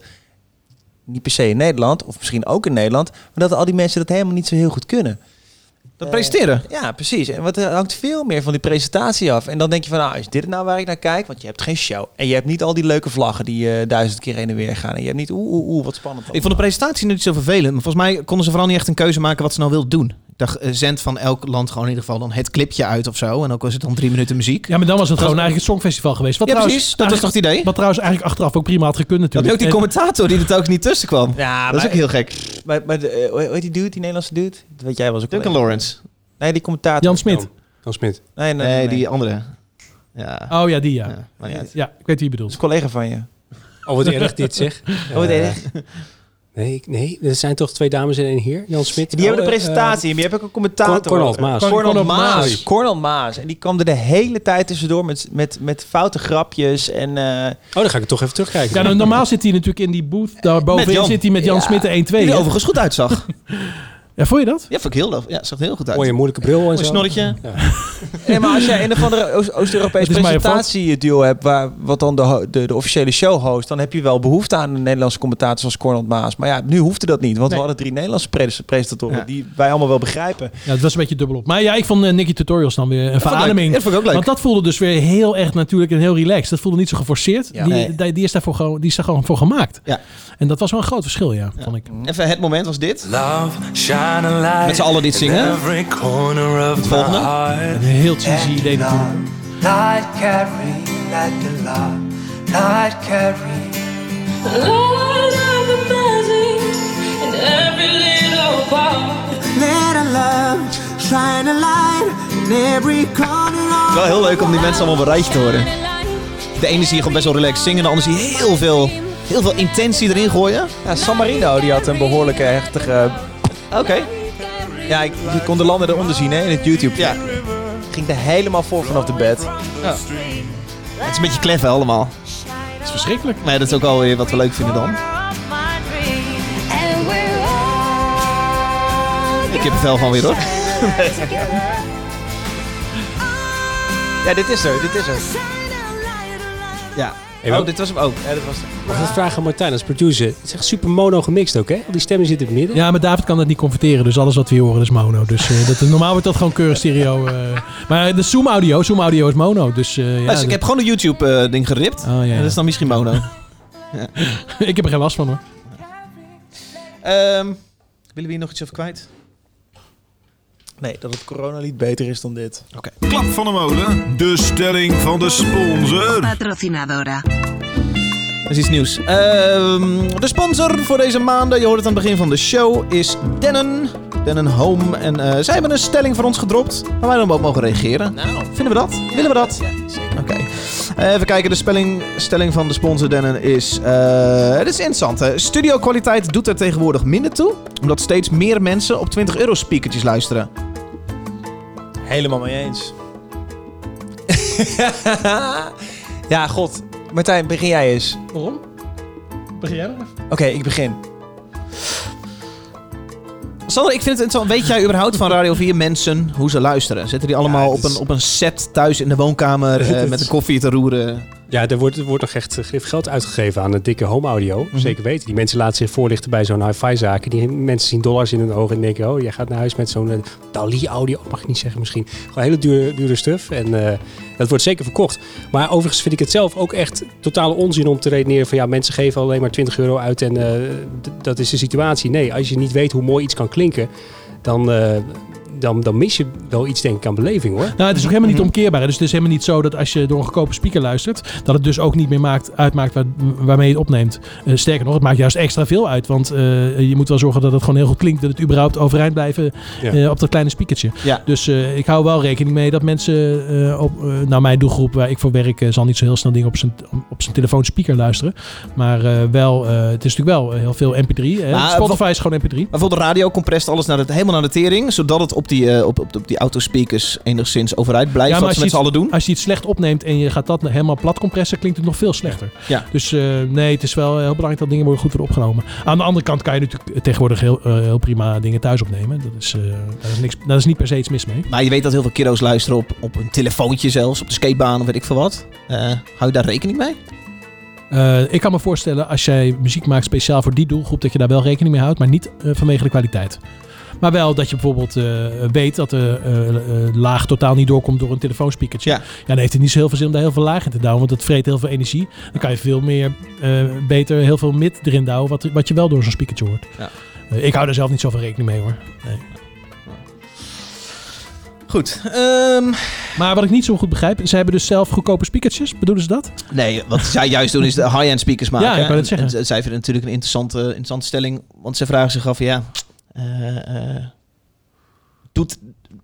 niet per se in Nederland, of misschien ook in Nederland, maar dat al die mensen dat helemaal niet zo heel goed kunnen. Dat presenteren? Uh, ja, precies. En wat er hangt veel meer van die presentatie af. En dan denk je van, nou, is dit het nou waar ik naar kijk? Want je hebt geen show. En je hebt niet al die leuke vlaggen die uh, duizend keer heen en weer gaan. En je hebt niet, oeh, oeh, oeh, wat spannend. Ik vond de presentatie niet zo vervelend. Maar volgens mij konden ze vooral niet echt een keuze maken wat ze nou wilden doen. Ik dacht, uh, zend van elk land gewoon in ieder geval dan het clipje uit of zo. En ook was het dan drie minuten muziek. Ja, maar dan was het gewoon eigenlijk het Songfestival geweest. Wat Ja, trouwens, precies. Dat was toch het idee? Wat trouwens eigenlijk achteraf ook prima had gekund Dat natuurlijk. je ook die En- commentator die er telkens niet tussen kwam. Ja, Dat is maar, ook heel gek. maar, maar de, uh, hoe heet die dude, die Nederlandse dude? Dat weet jij wel eens ook Duncan wel. Lawrence. Nee, die commentator. Jan Smit. Jan, Jan Smit. Nee, nee, Nee, nee, nee. die andere. Ja. Oh ja, die ja. Ja, maar niet uit. Ja, ik weet wie je Dat bedoelt. is een collega van je. Oh, wat erg dit zeg. Oh, wat Eh, erg. Nee, ik- nee, er zijn toch twee dames en één heer. Jan Smit. Die hebben de Oh, eh, presentatie, maar je hebt ook een commentator. Cor- Cornald Maas. Cornald Cornald Maas. Maas. Cornald Maas. En die kwam er de hele tijd tussendoor met, met, met foute grapjes. En, uh, Oh, dan ga ik toch even terugkijken. Ja, nou, normaal zit hij natuurlijk in die booth. Daar bovenin Jan. zit hij met Jan Ja. Smit één Die twee. er overigens goed uitzag. Ja, vond je dat? Ja, vond ik heel leuk. Ja, zag er heel goed uit. Mooie moeilijke bril en Mooi zo. snorretje. nee, maar als jij een of andere Oost- Oost-Europees Het is maar een presentatieduo hebt, waar, wat dan de, ho- de, de officiële show host, dan heb je wel behoefte aan een Nederlandse commentator zoals Cornald Maas. Maar ja, nu hoefde dat niet, want Nee. we hadden drie Nederlandse pres- presentatoren Ja. die wij allemaal wel begrijpen. Ja, het was een beetje dubbelop. Maar ja, ik vond uh, Nicky Tutorials dan weer een Dat vond ik leuk. verademing. Ja, dat vond ik ook leuk. Want dat voelde dus weer heel erg natuurlijk en heel relaxed. Dat voelde niet zo geforceerd. Ja. Die, Nee. die, die is daarvoor gewoon, die is daar gewoon voor gemaakt. Ja. En dat was wel een groot verschil, ja, vond ik. Even het moment was dit. Love, shine a light Met z'n allen dit zingen. in every corner of Het my volgende. heart. Een heel cheesy idee natuurlijk. Light carry, let the love, light carry. Lord of the magic in every little part. Let a love shine a light in every corner of Wel heel leuk om die mensen allemaal op een rijtje te horen. De ene zie je gewoon best wel relaxed zingen. De andere zie je heel veel, heel veel intentie erin gooien. Ja, San Marino die had een behoorlijke heftige... Oké. Ja, ik, je kon de landen eronder zien hè, in het YouTube. Ja. Ging er helemaal voor vanaf de bed. Het is een beetje clever allemaal. Dat is verschrikkelijk. Maar ja, dat is ook wel weer wat we leuk vinden dan. Ik heb er vel van weer hoor. Ja, dit is er, dit is er. Ja. Hey, Oh, wel- dit was hem ook. Ja, dit was het. Mag ik het vragen aan Martijn als producer? Het is echt super mono gemixt ook, hè? Al die stemmen zitten in het midden. Ja, maar David kan dat niet converteren. Dus alles wat we hier horen is mono. Dus uh, dat, normaal wordt dat gewoon keurig stereo. Uh, maar de Zoom audio, Zoom audio is mono. Dus, uh, ja, Dus ik dat- heb gewoon een YouTube eh, ding geript. Oh, ja, En ja. dat is dan misschien mono. ik heb er geen last van hoor. Ehm, willen we hier nog iets over kwijt? Nee, dat het coronalied beter is dan dit. Oké. Klap van de molen, de stelling van de sponsor. Patrocinadora. Dat is iets nieuws. Ehm, de sponsor voor deze maanden, je hoort het aan het begin van de show, is Denon. Denon Home. En eh, zij hebben een stelling voor ons gedropt, waar wij dan op mogen reageren. Nou, Vinden we dat? Willen we dat? ja, zeker. Oké. Eh, even kijken, de spelling, stelling van de sponsor Denon is... eh, het is interessant, hè. Studiokwaliteit doet er tegenwoordig minder toe, omdat steeds meer mensen op twintig euro speakertjes luisteren. Helemaal mee eens. Ja, god. Martijn, begin jij eens. Waarom? Begin jij nog Oké, ik begin. Sander, ik vind het interessant. Weet jij überhaupt van Radio vier mensen hoe ze luisteren? Zitten die allemaal Ja, op, het is- een, op een set thuis in de woonkamer eh, met een koffie te roeren? Ja, er wordt, er wordt nog echt grif geld uitgegeven aan de dikke home audio. Mm-hmm. Zeker weten. Die mensen laten zich voorlichten bij zo'n hi-fi zaken. Die mensen zien dollars in hun ogen en denken... oh, jij gaat naar huis met zo'n uh, Dali audio. Mag ik niet zeggen misschien. Gewoon hele dure, dure stuff. En uh, dat wordt zeker verkocht. Maar overigens vind ik het zelf ook echt totale onzin om te redeneren van... ja, mensen geven alleen maar twintig euro uit en uh, d- dat is de situatie. Nee, als je niet weet hoe mooi iets kan klinken... dan... Uh, Dan, dan mis je wel iets, denk ik, aan beleving, hoor. Nou, het is ook helemaal niet omkeerbaar. Hè? Dus het is helemaal niet zo dat als je door een goedkope speaker luistert... dat het dus ook niet meer maakt, uitmaakt waar, waarmee je het opneemt. Uh, sterker nog, het maakt juist extra veel uit. Want uh, je moet wel zorgen dat het gewoon heel goed klinkt... dat het überhaupt overeind blijven ja. uh, op dat kleine speakertje. Ja. Dus uh, ik hou wel rekening mee dat mensen... Uh, op, uh, nou, mijn doelgroep waar ik voor werk... Uh, zal niet zo heel snel dingen op zijn, op zijn telefoonspeaker luisteren. Maar uh, wel, uh, het is natuurlijk wel heel veel M P drie. Maar, Spotify is gewoon M P drie. Maar voor de radio comprest alles naar het, helemaal naar de tering... zodat het op die, uh, op, op, op die autospeakers enigszins overeind blijft... Ja, wat ze met z'n allen doen. Als je iets slecht opneemt en je gaat dat helemaal plat compressen... klinkt het nog veel slechter. Ja. Dus uh, nee, het is wel heel belangrijk dat dingen worden goed worden opgenomen. Aan de andere kant kan je natuurlijk tegenwoordig heel, uh, heel prima dingen thuis opnemen. Dat is, uh, daar, is niks, daar is niet per se iets mis mee. Maar je weet dat heel veel kiddo's luisteren op, op een telefoontje zelfs... op de skatebaan of weet ik veel wat. Uh, hou je daar rekening mee? Uh, ik kan me voorstellen, als jij muziek maakt speciaal voor die doelgroep... dat je daar wel rekening mee houdt, maar niet uh, vanwege de kwaliteit. Maar wel dat je bijvoorbeeld uh, weet dat de uh, uh, laag totaal niet doorkomt door een telefoonspeakertje. Ja. ja, dan heeft het niet zo heel veel zin om daar heel veel laag in te douwen, want dat vreet heel veel energie. Dan kan je veel meer, uh, beter heel veel mid erin douwen, wat, wat je wel door zo'n speakertje hoort. Ja. Uh, ik hou er zelf niet zoveel rekening mee, hoor. Nee. Goed. Um... Maar wat ik niet zo goed begrijp, ze hebben dus zelf goedkope speakertjes. Bedoelen ze dat? Nee, wat zij juist doen is de high-end speakers maken. Ja, ik kan het zeggen. En, en zij vinden natuurlijk een interessante, interessante stelling, want ze vragen zich af, ja... Uh, uh, doet,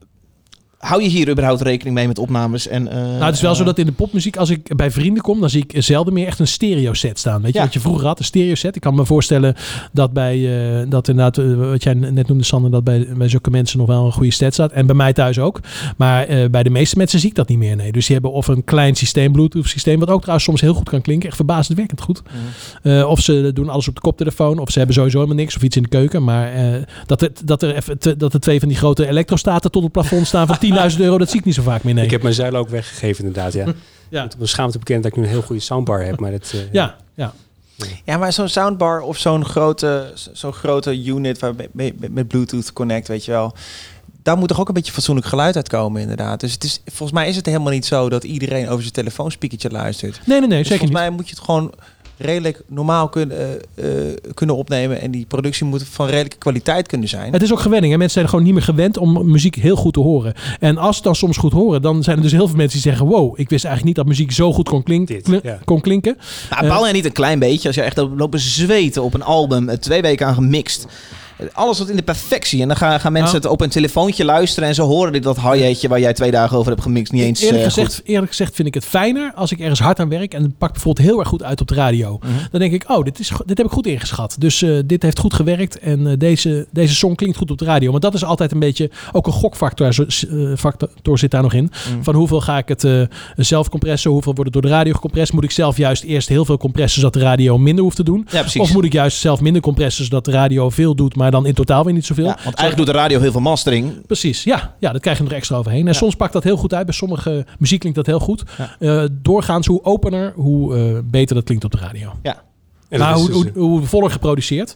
hou je hier überhaupt rekening mee met opnames? En, uh, nou, het is wel uh, zo dat in de popmuziek, als ik bij vrienden kom, dan zie ik zelden meer echt een stereo set staan. Weet je, ja. Wat je vroeger had, een stereo set. Ik kan me voorstellen dat bij, uh, dat inderdaad, uh, wat jij net noemde, Sander, dat bij, bij zulke mensen nog wel een goede set staat. En bij mij thuis ook. Maar uh, bij de meeste mensen zie ik dat niet meer, nee. Dus die hebben of een klein systeem, Bluetooth systeem, wat ook trouwens soms heel goed kan klinken. Echt verbazendwerkend goed. Mm. Uh, of ze doen alles op de koptelefoon, of ze hebben sowieso helemaal niks, of iets in de keuken. Maar uh, dat, er, dat, er even te, dat er twee van die grote elektrostaten tot het plafond staan van tienduizend euro, dat zie ik niet zo vaak meer, nee. Ik heb mijn zeilen ook weggegeven, inderdaad, ja. ja. Om schaamte te bekennen dat ik nu een heel goede soundbar heb, maar dat... Uh, ja, ja. Ja, maar zo'n soundbar of zo'n grote, zo'n grote unit waar met, met Bluetooth connect, weet je wel. Daar moet toch ook een beetje fatsoenlijk geluid uitkomen, inderdaad. Dus het is, volgens mij is het helemaal niet zo dat iedereen over zijn telefoonspeakertje luistert. Nee, nee, nee, dus zeker volgens niet. mij moet je het gewoon redelijk normaal kunnen, uh, uh, kunnen opnemen. En die productie moet van redelijke kwaliteit kunnen zijn. Het is ook gewenning. Hè? Mensen zijn gewoon niet meer gewend om muziek heel goed te horen. En als ze dan soms goed horen, dan zijn er dus heel veel mensen die zeggen, wow, ik wist eigenlijk niet dat muziek zo goed kon, klink, Dit, kl- ja. kon klinken. Nou, baal jij niet een klein beetje als je echt lopen zweten op een album, twee weken aan gemixt. Alles wat in de perfectie. En dan gaan, gaan mensen nou, het op een telefoontje luisteren en ze horen dit dat hi-hatje waar jij twee dagen over hebt gemixt niet eens eerlijk uh, gezegd, goed. Eerlijk gezegd vind ik het fijner als ik ergens hard aan werk en het pakt bijvoorbeeld heel erg goed uit op de radio. Mm-hmm. Dan denk ik, oh, dit, is, dit heb ik goed ingeschat. Dus uh, dit heeft goed gewerkt en uh, deze, deze song klinkt goed op de radio. Want dat is altijd een beetje, ook een gokfactor uh, factor zit daar nog in. Mm. Van hoeveel ga ik het uh, zelf compressen, hoeveel wordt het door de radio gecompressed? Moet ik zelf juist eerst heel veel compressen zodat de radio minder hoeft te doen? Ja, of moet ik juist zelf minder compressen zodat de radio veel doet, maar dan in totaal weer niet zoveel? Ja, want eigenlijk doet de radio heel veel mastering. Precies, ja. ja dat krijg je er extra overheen. En ja. soms pakt dat heel goed uit. Bij sommige muziek klinkt dat heel goed. Ja. Uh, doorgaans, hoe opener, hoe uh, beter dat klinkt op de radio. Ja. Maar hoe, hoe, hoe voller geproduceerd,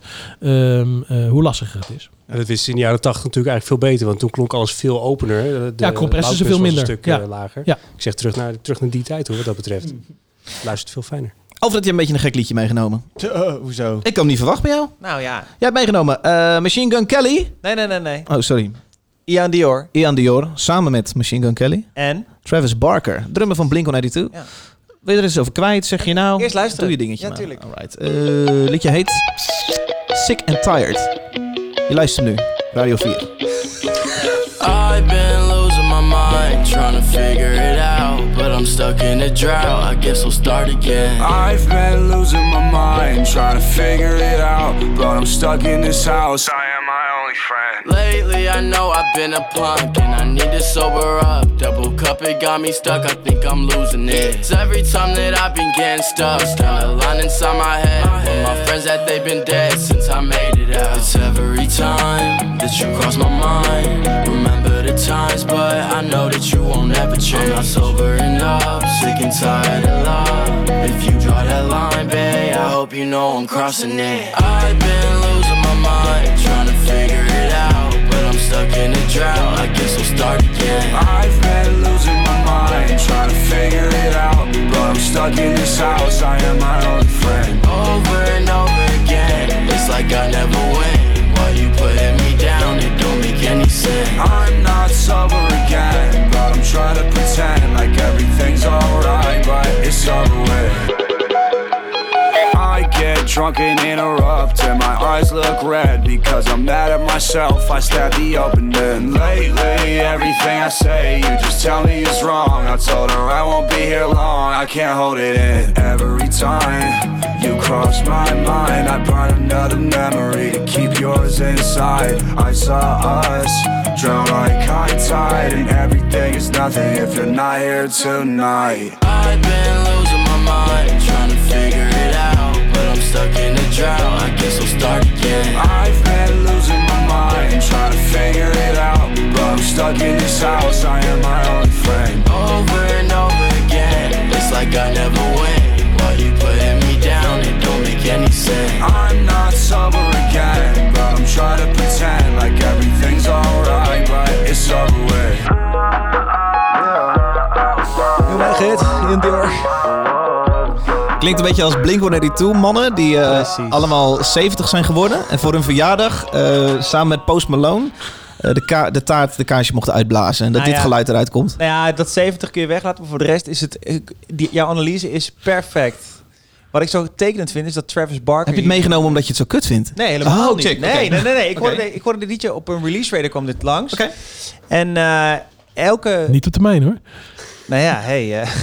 um, uh, hoe lastiger het is. En dat wist in de jaren tachtig natuurlijk eigenlijk veel beter. Want toen klonk alles veel opener. De ja, compressie is veel minder. Een stuk ja. uh, lager. Ja. Ik zeg terug naar, terug naar die tijd hoor, wat dat betreft. Luistert veel fijner. Alfred, je hebt een beetje een gek liedje meegenomen. Uh, hoezo? Ik had hem niet verwacht bij jou. Nou ja. Jij hebt meegenomen uh, Machine Gun Kelly. Nee, nee, nee, nee. Oh, sorry. Ian Dior. Ian Dior, samen met Machine Gun Kelly. En? Travis Barker, drummer van Blink one eighty-two. Ja. Wil je er eens over kwijt? Zeg je nou? Eerst luisteren. Doe je dingetje ja, maar. Tuurlijk. Alright. Uh, liedje heet Sick and Tired. Je luistert nu. Radio vier. I've been losing my mind, trying to figure it out, but I'm stuck in a drought, I guess I'll start again. I've been losing my mind, trying to figure it out, but I'm stuck in this house, I am my only friend. Lately I know I've been a punk, and I need to sober up. Double cup, it got me stuck, I think I'm losing it. It's every time that I've been getting stuck, still a line inside my head, with my friends that they've been dead since I made it out. It's every time that you cross my mind, remember the times, but I know that you won't ever change. I'm not sober enough, sick and tired of love. If you draw that line, babe, I hope you know I'm crossing it. I've been losing my mind, trying to figure it out, but I'm stuck in a drought, I guess I'll start again. I've been losing my mind, trying to figure it out, but I'm stuck in this house, I am my only friend. Over and over again, it's like I never win. Why you putting me down, it don't make any sense. I'm not sober again, but I'm trying to pretend like everything's alright, but it's over with. I get drunk and interrupt, and my eyes look red because I'm mad at myself. I stab the opening. Lately, everything I say, you just tell me is wrong. I told her I won't be here long, I can't hold it in. Every time you cross my mind, I burn another memory to keep yours inside. I saw us drown like high tide, and everything is nothing if you're not here tonight. I've been losing my mind, trying to figure it out, but I'm stuck in a drought, I guess I'll start again. I've been losing my mind, trying to figure it out, but I'm stuck in this house, I am my only friend. Over and over again, it's like I never win. Why you putting me down, it don't make any sense. I'm not sober again, but I'm trying to pretend like everything's alright, but it's over with. Heel erg hit, in door. Klinkt een beetje als Blink honderdtweeënnegentig mannen die uh, allemaal zeventig zijn geworden. En voor hun verjaardag uh, samen met Post Malone uh, de, ka- de taart, de kaarsje mochten uitblazen. En dat nou dit ja, geluid eruit komt. Nou ja, dat zeventig kun je weglaten. Maar voor de rest is het... Die, jouw analyse is perfect. Wat ik zo tekenend vind is dat Travis Barker... Heb je het meegenomen omdat je het zo kut vindt? Nee, helemaal oh, niet. check. Nee, Okay. nee, nee, nee. Ik, Okay. hoorde, ik hoorde dit liedje op een release radar kwam dit langs. Oké. Okay. En uh, elke... Niet op termijn hoor. Nou ja, hey... Uh,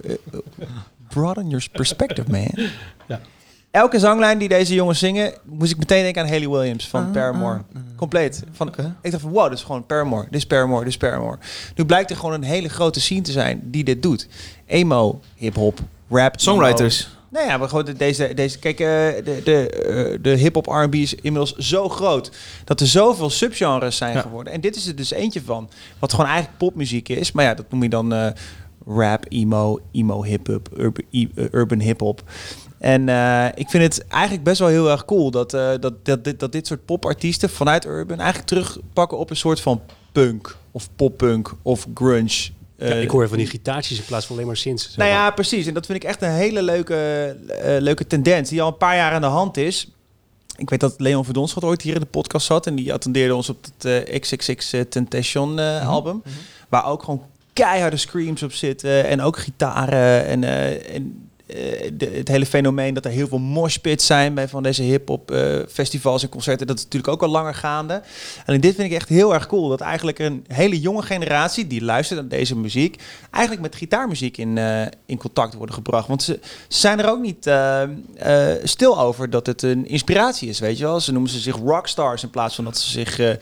broaden your perspective, man. Ja. Elke zanglijn die deze jongens zingen, moest ik meteen denken aan Hayley Williams van uh, Paramore. Uh, uh, Compleet. Van, okay. Ik dacht van, wow, dit is gewoon Paramore. Dit is Paramore, dit is Paramore. Nu blijkt er gewoon een hele grote scene te zijn die dit doet. Emo, hip-hop, rap. Songwriters. Emo. Nou ja, maar gewoon deze, deze kijk, uh, de, de, uh, de hip-hop R en B is inmiddels zo groot dat er zoveel subgenres zijn ja. geworden. En dit is er dus eentje van, wat gewoon eigenlijk popmuziek is. Maar ja, dat noem je dan uh, rap, emo, emo hip-hop, urban, urban hip-hop. En uh, ik vind het eigenlijk best wel heel erg cool dat, uh, dat, dat, dit, dat dit soort popartiesten vanuit urban eigenlijk terugpakken op een soort van punk of poppunk of grunge. Ja, ik hoor van die gitaartjes in plaats van alleen maar synths. Nou ja, precies. En dat vind ik echt een hele leuke, uh, leuke tendens die al een paar jaar aan de hand is. Ik weet dat Leon Verdonschot ooit hier in de podcast zat en die attendeerde ons op het uh, X X X Temptation uh, mm-hmm. album. Mm-hmm. Waar ook gewoon keiharde screams op zitten en ook gitaren en... Uh, en Uh, de, het hele fenomeen dat er heel veel moshpits zijn bij van deze hip-hop uh, festivals en concerten, dat is natuurlijk ook al langer gaande. En dit vind ik echt heel erg cool, dat eigenlijk een hele jonge generatie die luistert naar deze muziek, eigenlijk met gitaarmuziek in, uh, in contact worden gebracht. Want ze, ze zijn er ook niet uh, uh, stil over dat het een inspiratie is, weet je wel. Ze noemen ze zich rockstars in plaats van dat ze zich uh,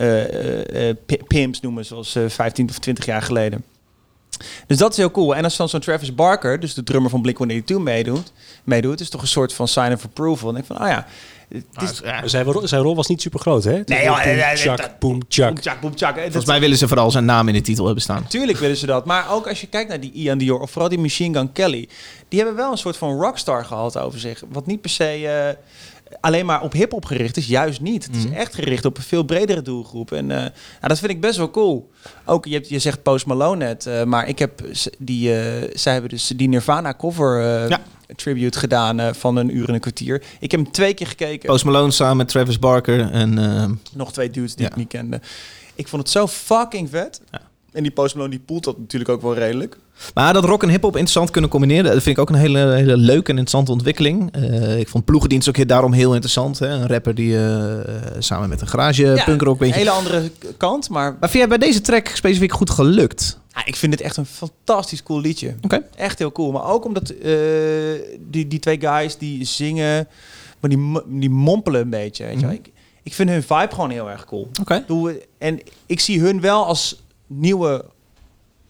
uh, uh, pimps noemen, zoals uh, vijftien of twintig jaar geleden. Dus dat is heel cool. En als dan zo'n Travis Barker, dus de drummer van Blink honderdtweeëntennegentig meedoet, meedoet, is toch een soort van sign of approval. En ik van, oh ja, het is... ah, zijn, zijn rol was niet super groot, hè? Nee, ja, boom, nee, chak, boom, chak. Boom, chak, boom, chak. Volgens mij willen ze vooral zijn naam in de titel hebben staan. Tuurlijk willen ze dat. Maar ook als je kijkt naar die Ian Dior of vooral die Machine Gun Kelly, die hebben wel een soort van rockstar gehad over zich. Wat niet per se... Uh, alleen maar op hip-hop gericht is, juist niet. Het is mm. echt gericht op een veel bredere doelgroep. En uh, nou, dat vind ik best wel cool. Ook, je, hebt, je zegt Post Malone net, uh, maar ik heb die, uh, zij hebben dus die Nirvana cover uh, ja. tribute gedaan uh, van een uur en een kwartier. Ik heb hem twee keer gekeken. Post Malone samen met Travis Barker en uh, nog twee dudes die ja. ik niet kende. Ik vond het zo fucking vet. Ja. En die Post Malone die poelt dat natuurlijk ook wel redelijk. Maar dat rock en hip-hop interessant kunnen combineren, dat vind ik ook een hele, hele leuke en interessante ontwikkeling. Uh, ik vond Ploegendienst ook daarom heel interessant. Hè? Een rapper die uh, samen met een garage ja, punkrock... Een hele andere kant, maar... Maar vind jij bij deze track specifiek goed gelukt? Ja, ik vind het echt een fantastisch cool liedje. Okay. Echt heel cool. Maar ook omdat uh, die, die twee guys die zingen, maar die, die mompelen een beetje. Weet je? Mm-hmm. ik, ik vind hun vibe gewoon heel erg cool. Okay. En ik zie hun wel als nieuwe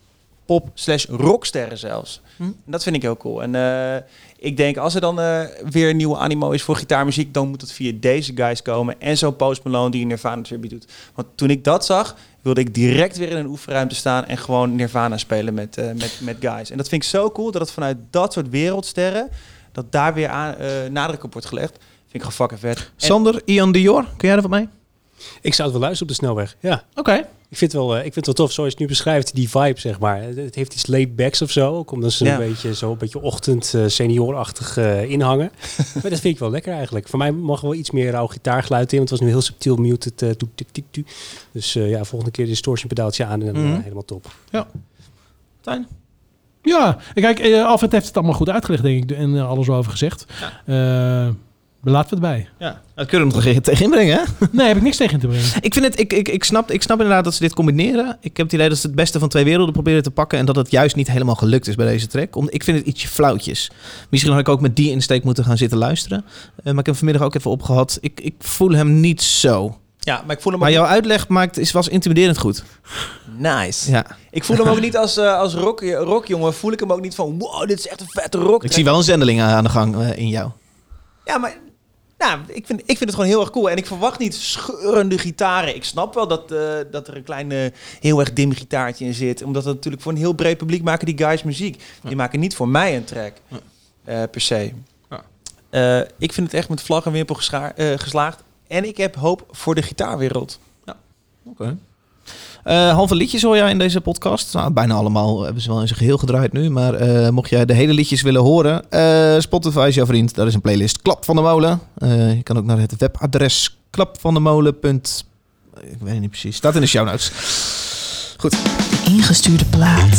pop slash rocksterren zelfs. Hm. En dat vind ik heel cool. En uh, ik denk, als er dan uh, weer een nieuwe animo is voor gitaarmuziek, dan moet het via deze guys komen. En zo'n Post Malone die Nirvana tribute doet. Want toen ik dat zag, wilde ik direct weer in een oefenruimte staan en gewoon Nirvana spelen met, uh, met, met guys. En dat vind ik zo cool, dat het vanuit dat soort wereldsterren, dat daar weer aan, uh, nadruk op wordt gelegd. Vind ik gewoon fucking vet. Sander, Ian Dior, kun jij er wat mee? Ik zou het wel luisteren op de snelweg, ja. Oké. Okay. Ik vind, wel, uh, ik vind het wel tof, zoals je het nu beschrijft, die vibe, zeg maar. Het heeft iets laid-backs of zo, ook omdat ze ja. een beetje zo een beetje ochtend uh, seniorachtig uh, inhangen. Maar dat vind ik wel lekker eigenlijk. Voor mij mag er wel iets meer rauw gitaargeluid in, want het was nu heel subtiel muted. Uh, toet, toet, toet, toet. Dus uh, ja, volgende keer de distortion pedaaltje aan en dan mm-hmm. uh, helemaal top. Ja. Tijn? Ja, kijk, uh, Alfred heeft het allemaal goed uitgelegd, denk ik, en uh, alles over gezegd. Ja. Uh, Laten we het bij. Ja, dat kunnen we nog tegen inbrengen, hè? Nee, heb ik niks tegen te brengen. Ik vind het, ik, ik, ik, snap, ik snap inderdaad dat ze dit combineren. Ik heb het idee dat ze het beste van twee werelden proberen te pakken en dat het juist niet helemaal gelukt is bij deze track. Om, ik vind het ietsje flauwtjes. Misschien had ik ook met die insteek moeten gaan zitten luisteren. Uh, maar ik heb hem vanmiddag ook even opgehad. Ik, ik voel hem niet zo. Ja, maar ik voel hem maar ook jouw niet... uitleg maakt, is, was intimiderend goed. Nice. Ja. Ik voel hem ook niet als, uh, als rock, rockjongen. Voel ik hem ook niet van, wow, dit is echt een vette rock. Ik zie wel een zendeling aan de gang uh, in jou. Ja, maar... Nou, ik vind, ik vind het gewoon heel erg cool. En ik verwacht niet scheurende gitaren. Ik snap wel dat, uh, dat er een klein, uh, heel erg dim gitaartje in zit. Omdat het natuurlijk voor een heel breed publiek maken die guys muziek. Die ja. maken niet voor mij een track. Uh, per se. Ja. Uh, ik vind het echt met vlag en wimpel gescha- uh, geslaagd. En ik heb hoop voor de gitaarwereld. Ja, oké. Okay. Uh, halve liedjes hoor jij in deze podcast. Nou, bijna allemaal hebben ze wel in zijn geheel gedraaid nu. Maar uh, mocht jij de hele liedjes willen horen, uh, Spotify is jouw vriend. Daar is een playlist Klap van de Molen. Uh, je kan ook naar het webadres klapvandemolen. Ik weet het niet precies. Staat in de show notes. Goed. Ingestuurde plaat.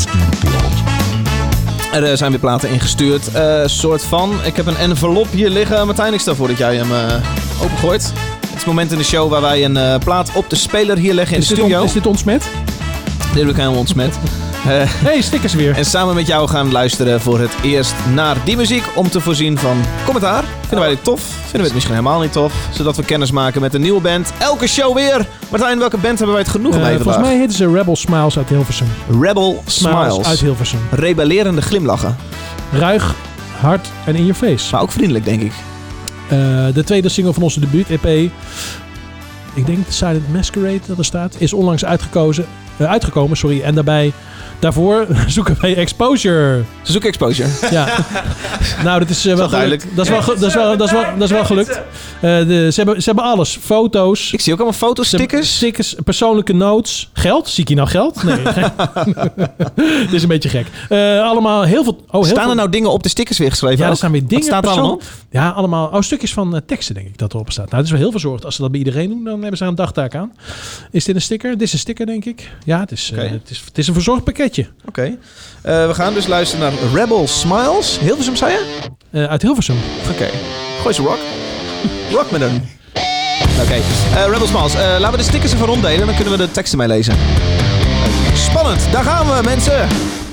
Er uh, zijn weer platen ingestuurd. Uh, soort van. Ik heb een envelop hier liggen. Martijn, ik stel voor dat jij hem uh, opengooit. Het is het moment in de show waar wij een uh, plaat op de speler hier leggen in is de studio. On, is dit ontsmet? Dit heb ik helemaal ontsmet. Uh, hey, stickers weer. En samen met jou gaan luisteren voor het eerst naar die muziek om te voorzien van commentaar. Vinden wij dit tof? Vinden we het misschien helemaal niet tof? Zodat we kennis maken met een nieuwe band. Elke show weer. Martijn, welke band hebben wij het genoegen uh, mee vandaag? Volgens mij heten ze Rebel Smiles uit Hilversum. Rebel Smiles. Smiles uit Hilversum. Rebellerende glimlachen. Ruig, hard en in your face. Maar ook vriendelijk, denk ik. Uh, de tweede single van onze debuut-E P... Ik denk The Silent Masquerade dat er staat, is onlangs uitgekozen, uh, uitgekomen. Sorry, en daarbij, daarvoor zoeken wij Exposure. Ze zoeken Exposure. Ja. Nou, dat is uh, wel duidelijk. Dat is wel, dat is wel, dat is wel, dat is wel gelukt. Uh, de, ze, hebben, ze hebben alles. Foto's. Ik zie ook allemaal foto's, stickers. Stickers, persoonlijke notes. Geld? Zie ik hier nou geld? Nee. Dit is een beetje gek. Uh, allemaal heel veel... Oh, heel staan veel... er nou dingen op de stickers weer geschreven? Ja, er staan weer dingen. Wat staat er allemaal op? Ja, allemaal... Oh, stukjes van uh, teksten denk ik dat erop staat. Nou, het is wel heel verzorgd. Als ze dat bij iedereen doen, dan hebben ze er een dagtaak aan. Is dit een sticker? Dit is een sticker, denk ik. Ja, het is, uh, okay. het is, het is een verzorgd pakketje. Oké. Okay. Uh, we gaan dus luisteren naar Rebel Smiles. Hilversum, zei je? Uh, uit Hilversum. Oké. Okay. Gooi ze rock. Rock met hem. Oké. Okay. Uh, Rebel Smiles. Uh, laten we de stickers even ronddelen. Dan kunnen we de teksten mee lezen. Uh, spannend. Daar gaan we, mensen.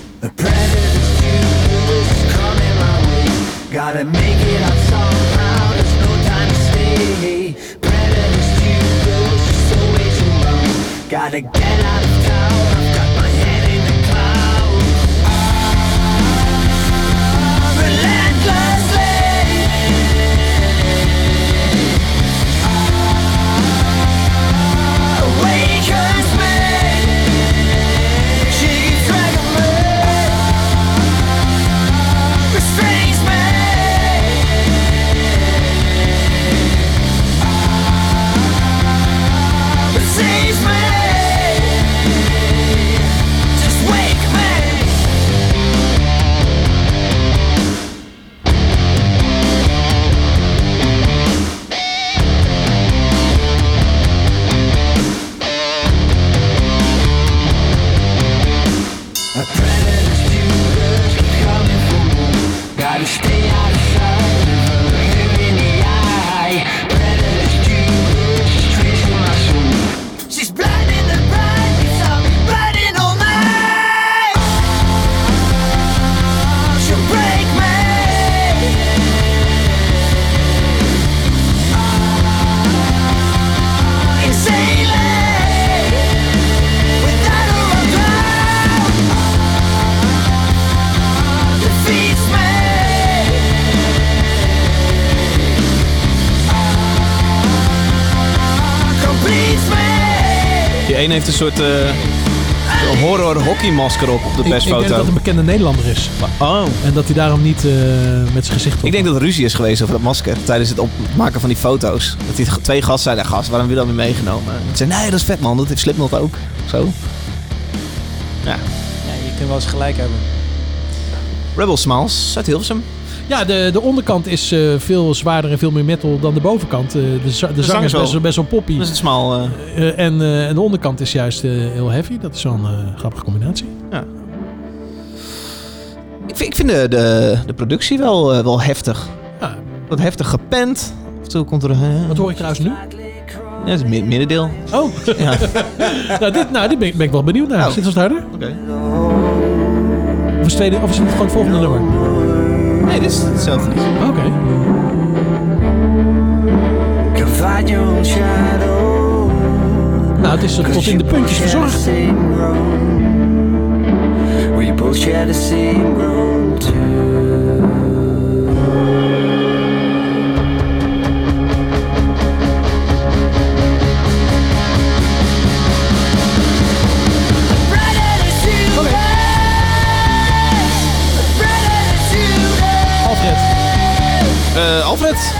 Gotta make it up somehow. There's no time to stay. Predators too close, just always alone. Gotta get out of town. I've got my head in the clouds. Relentlessly. Awakens me. She keeps dragging me. Restrains me. Saves me. Just wake me. A predator's Judas keep coming for more. Gotta stay outside of her, look in the eye. Predator's Judas, she's tracing my soul. She's blinding the blind, it's all blinding all night. She'll break me. Insanely, without her I'll drown. Eén heeft een soort uh, horror hockeymasker op op de persfoto. Ik, ik denk dat het een bekende Nederlander is. Oh. En dat hij daarom niet uh, met zijn gezicht op. Ik denk dat er ruzie is geweest over dat masker tijdens het opmaken van die foto's. Dat die twee gasten zeiden, gast, waarom heb je dat niet meegenomen? Ik zei, nee, dat is vet man, dat heeft Slipknot ook. Zo. Ja. Ja, je kunt wel eens gelijk hebben. Rebel Smiles uit Hilversum. Ja, de, de onderkant is uh, veel zwaarder en veel meer metal dan de bovenkant. Uh, de, de, de zang is best, best wel poppy. Dat is het smal. Uh... Uh, en, uh, en de onderkant is juist uh, heel heavy. Dat is wel een uh, grappige combinatie. Ja. Ik vind, ik vind de, de, de productie wel, uh, wel heftig. Ja. Wat heftig gepend. Af en toe komt er... Uh... Wat hoor ik trouwens nu? Ja, het is het middendeel. Oh. Ja. nou, dit, nou, dit ben, ik, ben ik wel benieuwd naar. Oh. Zit het harder? Oké. Okay. Of is het tweede, of is het gewoon het volgende nummer? Nee, dit is hetzelfde niet. Oké. Okay. Nou, het is tot in de puntjes verzorgd. We both share the same room too. Uh, Alfred?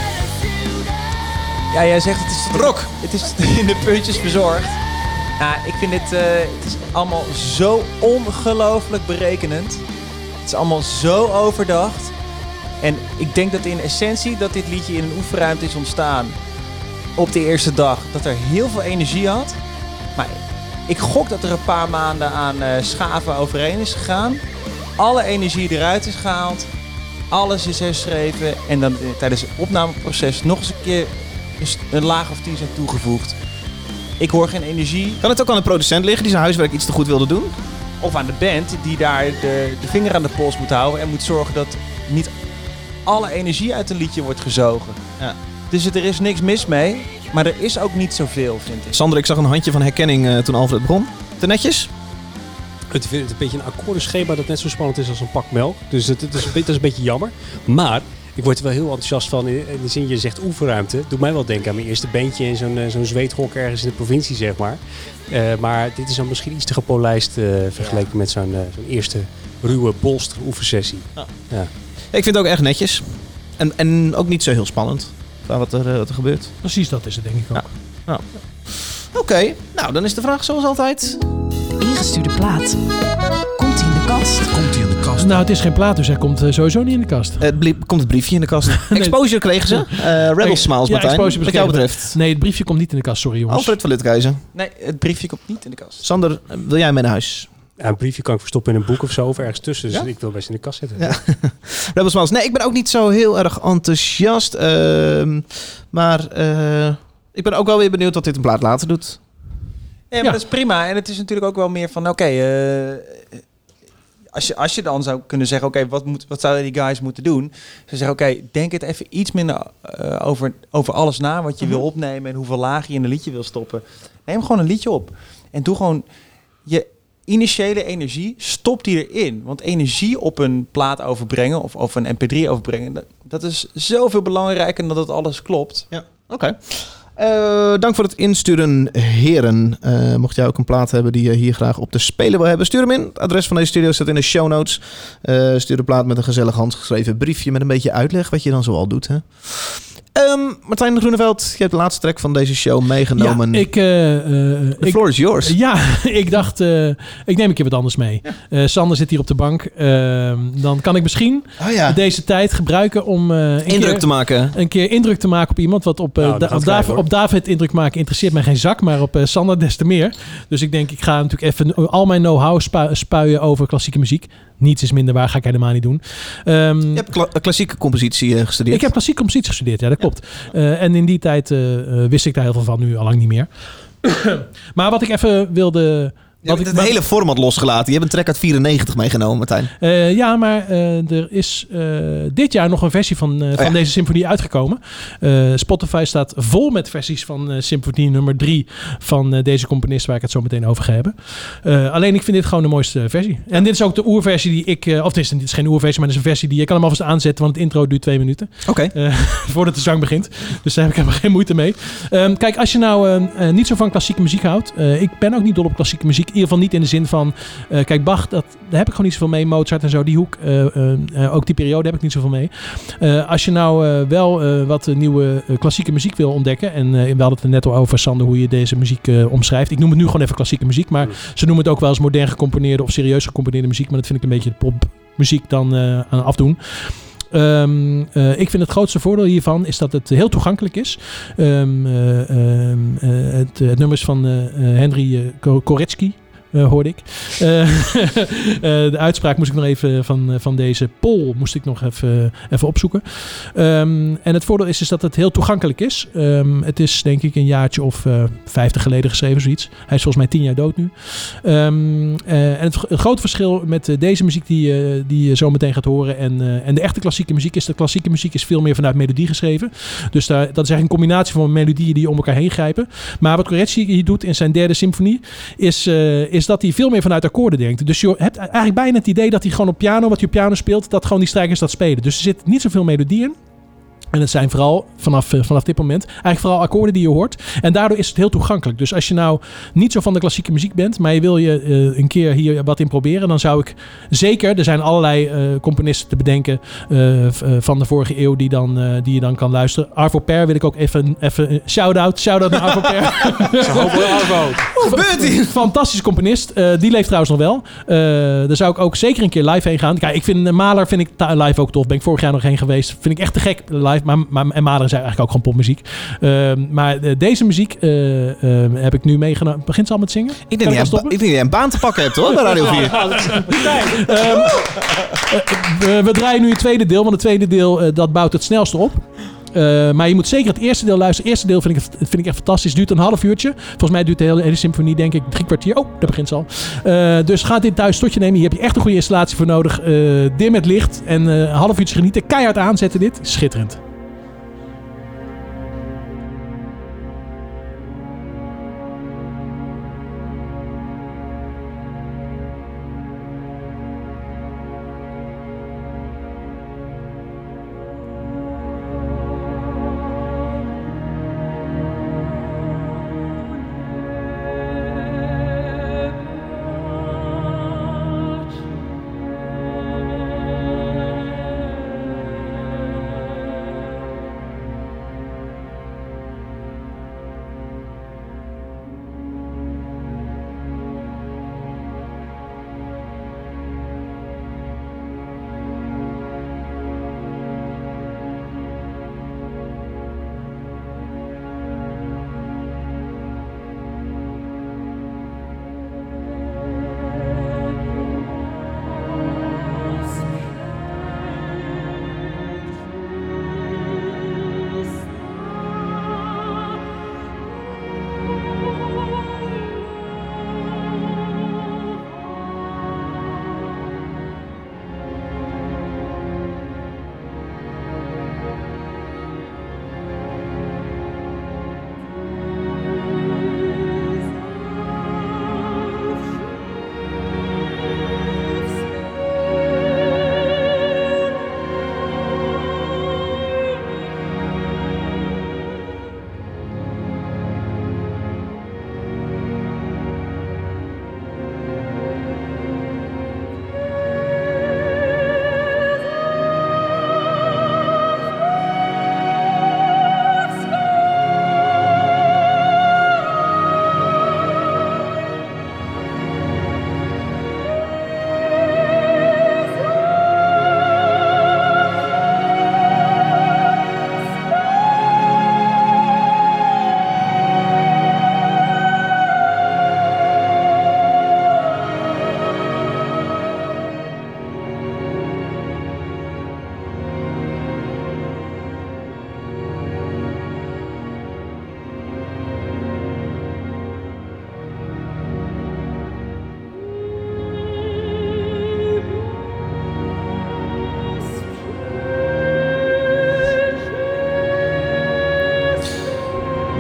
Ja, jij zegt het is... Rock! Het is in de puntjes verzorgd. Ja, ik vind dit... Uh, het is allemaal zo ongelooflijk berekenend. Het is allemaal zo overdacht. En ik denk dat in essentie dat dit liedje in een oefenruimte is ontstaan. Op de eerste dag. Dat er heel veel energie had. Maar ik gok dat er een paar maanden aan uh, schaven overheen is gegaan. Alle energie eruit is gehaald. Alles is herschreven en dan tijdens het opnameproces nog eens een keer een laag of tien zijn toegevoegd. Ik hoor geen energie. Kan het ook aan de producent liggen die zijn huiswerk iets te goed wilde doen? Of aan de band die daar de, de vinger aan de pols moet houden en moet zorgen dat niet alle energie uit een liedje wordt gezogen. Ja. Dus er is niks mis mee, maar er is ook niet zoveel, vind ik. Sander, ik zag een handje van herkenning uh, toen Alfred begon. Te netjes? Het is een beetje een akkoordenschema dat net zo spannend is als een pak melk. Dus het, het is, dat is een beetje jammer. Maar ik word er wel heel enthousiast van. In de zin, je zegt oefenruimte. Doet mij wel denken aan mijn eerste bandje in zo'n, zo'n zweethok ergens in de provincie, zeg maar. Uh, maar dit is dan misschien iets te gepolijst uh, vergeleken ja. met zo'n, uh, zo'n eerste ruwe bolster oefensessie. Ja. Ja. Ja, ik vind het ook echt netjes. En, en ook niet zo heel spannend. Wat er, wat er gebeurt. Precies, dat is het denk ik ook. Ja. Ja. Oké, okay. Nou dan is de vraag zoals altijd... Ingestuurde plaat. Komt hij in de kast? Komt hij in de kast? Nou, het is geen plaat, dus hij komt uh, sowieso niet in de kast. Het uh, komt het briefje in de kast. nee. Exposure kregen ze. Uh, Rebel Smiles, ja, Martijn. Wat jou betreft. Nee, het briefje komt niet in de kast, sorry jongens. Alfred van Litkeizer. Nee, het briefje komt niet in de kast. Sander, wil jij mee naar huis? Ja, een briefje kan ik verstoppen in een boek of zo, of ergens tussen. Dus ja? Ik wil best in de kast zetten. Ja. Rebel Smiles. Nee, ik ben ook niet zo heel erg enthousiast. Uh, maar uh, ik ben ook wel weer benieuwd wat dit een plaat later doet. Ja, maar ja. dat is prima. En het is natuurlijk ook wel meer van, oké, okay, uh, als, je, als je dan zou kunnen zeggen, oké, okay, wat, moet, wat zouden die guys moeten doen? Ze zeggen, oké, okay, denk het even iets minder uh, over, over alles na, wat je mm-hmm. wil opnemen en hoeveel laag je in een liedje wil stoppen. Neem gewoon een liedje op. En doe gewoon je initiële energie, stop die erin. Want energie op een plaat overbrengen of, of een M P drie overbrengen, dat, dat is zoveel belangrijker dan dat alles klopt. Ja, oké. Okay. Uh, dank voor het insturen, heren. Uh, mocht jij ook een plaat hebben die je hier graag op te spelen wil hebben, stuur hem in. Het adres van deze studio staat in de show notes. Uh, stuur een plaat met een gezellig handgeschreven briefje met een beetje uitleg wat je dan zoal doet. Hè? Um, Martijn Groeneveld, je hebt de laatste track van deze show meegenomen. Ja, ik... Uh, uh, The floor is yours. Ja, ik dacht, uh, ik neem een keer wat anders mee. Ja. Uh, Sander zit hier op de bank. Uh, dan kan ik misschien oh ja. deze tijd gebruiken om... Uh, een indruk keer, te maken. Een keer indruk te maken op iemand. Wat op, uh, nou, da- op, David, op David indruk maken interesseert mij geen zak, maar op uh, Sander des te meer. Dus ik denk, ik ga natuurlijk even al mijn know-how spu- spuien over klassieke muziek. Niets is minder waar, ga ik helemaal niet doen. Um, je hebt kla- klassieke compositie uh, gestudeerd. Ik heb klassieke compositie gestudeerd, ja, dat ja. klopt. Uh, en in die tijd uh, uh, wist ik daar heel veel van, nu al lang niet meer. Maar wat ik even wilde Je hebt ik, het maar, hele format losgelaten. Je hebt een track uit vierennegentig meegenomen, Martijn. Uh, ja, maar uh, er is uh, dit jaar nog een versie van, uh, oh, van ja. deze symfonie uitgekomen. Uh, Spotify staat vol met versies van uh, symfonie nummer drie van uh, deze componist waar ik het zo meteen over ga hebben. Uh, alleen ik vind dit gewoon de mooiste versie. En dit is ook de oerversie die ik... Uh, of het is, het is geen oerversie, maar het is een versie die... Je kan hem alvast aanzetten, want het intro duurt twee minuten. Oké. Okay. Uh, voordat de zang begint. Dus daar heb ik helemaal geen moeite mee. Um, kijk, als je nou uh, uh, niet zo van klassieke muziek houdt... Uh, ik ben ook niet dol op klassieke muziek. In ieder geval niet in de zin van... Uh, kijk, Bach, dat, daar heb ik gewoon niet zoveel mee. Mozart en zo, die hoek. Uh, uh, uh, ook die periode heb ik niet zoveel mee. Uh, als je nou uh, wel uh, wat uh, nieuwe uh, klassieke muziek wil ontdekken... en uh, we hadden het er net al over, Sander, hoe je deze muziek uh, omschrijft. Ik noem het nu gewoon even klassieke muziek... maar ze noemen het ook wel eens modern gecomponeerde... of serieus gecomponeerde muziek... maar dat vind ik een beetje de popmuziek dan uh, aan afdoen. Um, uh, ik vind het grootste voordeel hiervan is dat het heel toegankelijk is. Um, uh, um, uh, het, het nummer is van uh, uh, Henry uh, Koretsky. Uh, hoorde ik. Uh, uh, de uitspraak moest ik nog even van, uh, van deze Pool moest ik nog even, uh, even opzoeken. Um, en het voordeel is, is dat het heel toegankelijk is. Um, het is denk ik een jaartje of uh, vijftig geleden geschreven, zoiets. Hij is volgens mij tien jaar dood nu. Um, uh, en het, het grote verschil met uh, deze muziek die, uh, die je zo meteen gaat horen en, uh, en de echte klassieke muziek is, de klassieke muziek is veel meer vanuit melodie geschreven. Dus daar, dat is eigenlijk een combinatie van melodieën die om elkaar heen grijpen. Maar wat Koretsky hier doet in zijn derde symfonie is, uh, is is dat hij veel meer vanuit akkoorden denkt. Dus je hebt eigenlijk bijna het idee dat hij gewoon op piano, wat hij op piano speelt, dat gewoon die strijkers dat spelen. Dus er zit niet zoveel melodie in. En het zijn vooral, vanaf, uh, vanaf dit moment, eigenlijk vooral akkoorden die je hoort. En daardoor is het heel toegankelijk. Dus als je nou niet zo van de klassieke muziek bent, maar je wil je uh, een keer hier wat in proberen, dan zou ik zeker, er zijn allerlei uh, componisten te bedenken uh, van de vorige eeuw die, dan, uh, die je dan kan luisteren. Arvo Pärt wil ik ook even, even shout-out, shout-out naar Arvo Pärt. Arvo. Gebeurt hier? Fantastisch componist. Uh, die leeft trouwens nog wel. Uh, daar zou ik ook zeker een keer live heen gaan. Kijk, ik vind uh, Mahler vind ik live ook tof. Ben ik vorig jaar nog heen geweest. Vind ik echt te gek live. Maar, maar, en Mahler is eigenlijk ook gewoon popmuziek. Uh, maar uh, deze muziek uh, uh, heb ik nu meegenomen. Begint ze al met zingen? Ik denk dat je een baan te pakken hebt, hoor, bij Radio vier. Ja, dat is um, uh, we, we draaien nu het tweede deel. Want het tweede deel, uh, dat bouwt het snelste op. Uh, maar je moet zeker het eerste deel luisteren. Het eerste deel vind ik, vind ik echt fantastisch. Het duurt een half uurtje. Volgens mij duurt de hele, hele symfonie denk ik drie kwartier. Oh, daar begint ze al. Uh, dus ga dit thuis tot je nemen. Hier heb je echt een goede installatie voor nodig. Uh, dim het licht en uh, een half uurtje genieten. Keihard aanzetten dit. Schitterend.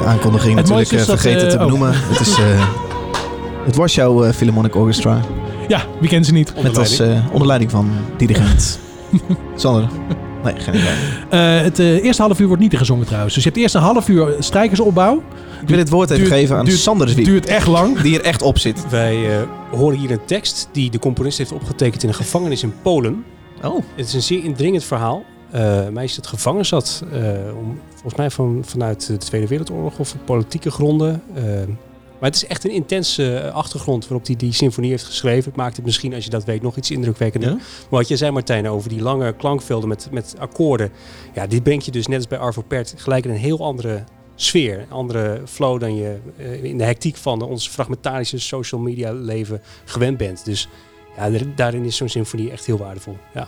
aankondiging Het natuurlijk mooiste uh, is dat, vergeten uh, te oh. benoemen. Het is uh, het Warschau uh, Philharmonic Orchestra. Ja, wie kent ze niet? Met als uh, onder leiding van dirigent Sander. Nee, geen idee. Uh, het uh, eerste half uur wordt niet gezongen trouwens. Dus je hebt eerst een half uur strijkersopbouw. Ik wil het woord even duurt, geven aan duurt, Sander Zwiep. duurt echt lang. Die er echt op zit. Wij uh, horen hier een tekst die de componist heeft opgetekend in een gevangenis in Polen. Oh. Het is een zeer indringend verhaal. Uh, een meisje dat gevangen zat, uh, om, volgens mij van, vanuit de Tweede Wereldoorlog of op politieke gronden. Uh, maar het is echt een intense achtergrond waarop hij die, die symfonie heeft geschreven. Het maakt het misschien, als je dat weet, nog iets indrukwekkender. Ja? Maar wat je zei, Martijn, over die lange klankvelden met, met akkoorden. Ja, dit brengt je dus net als bij Arvo Pärt gelijk in een heel andere sfeer. Een andere flow dan je uh, in de hectiek van ons fragmentarische social media leven gewend bent. Dus ja, daarin is zo'n symfonie echt heel waardevol. Ja.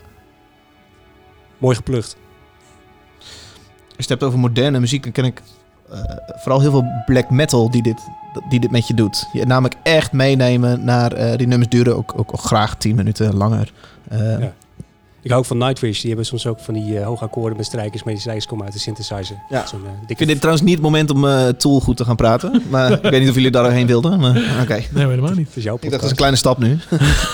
Mooi geplukt. Als je het hebt over moderne muziek, dan ken ik uh, vooral heel veel black metal die dit, die dit met je doet. Je namelijk echt meenemen naar... Uh, die nummers duren ook, ook, ook graag tien minuten langer. Uh, ja. Ik hou ook van Nightwish. Die hebben soms ook van die uh, hoge akkoorden met strijkers. Maar die strijkers komen uit de synthesizer. Ja. Zo'n, uh, dikke... Ik vind dit trouwens niet het moment om uh, Tool goed te gaan praten. Maar ik weet niet of jullie daarheen wilden. Maar oké. Okay. Nee, helemaal niet. Het is jouw ik dacht, dat is een kleine stap nu.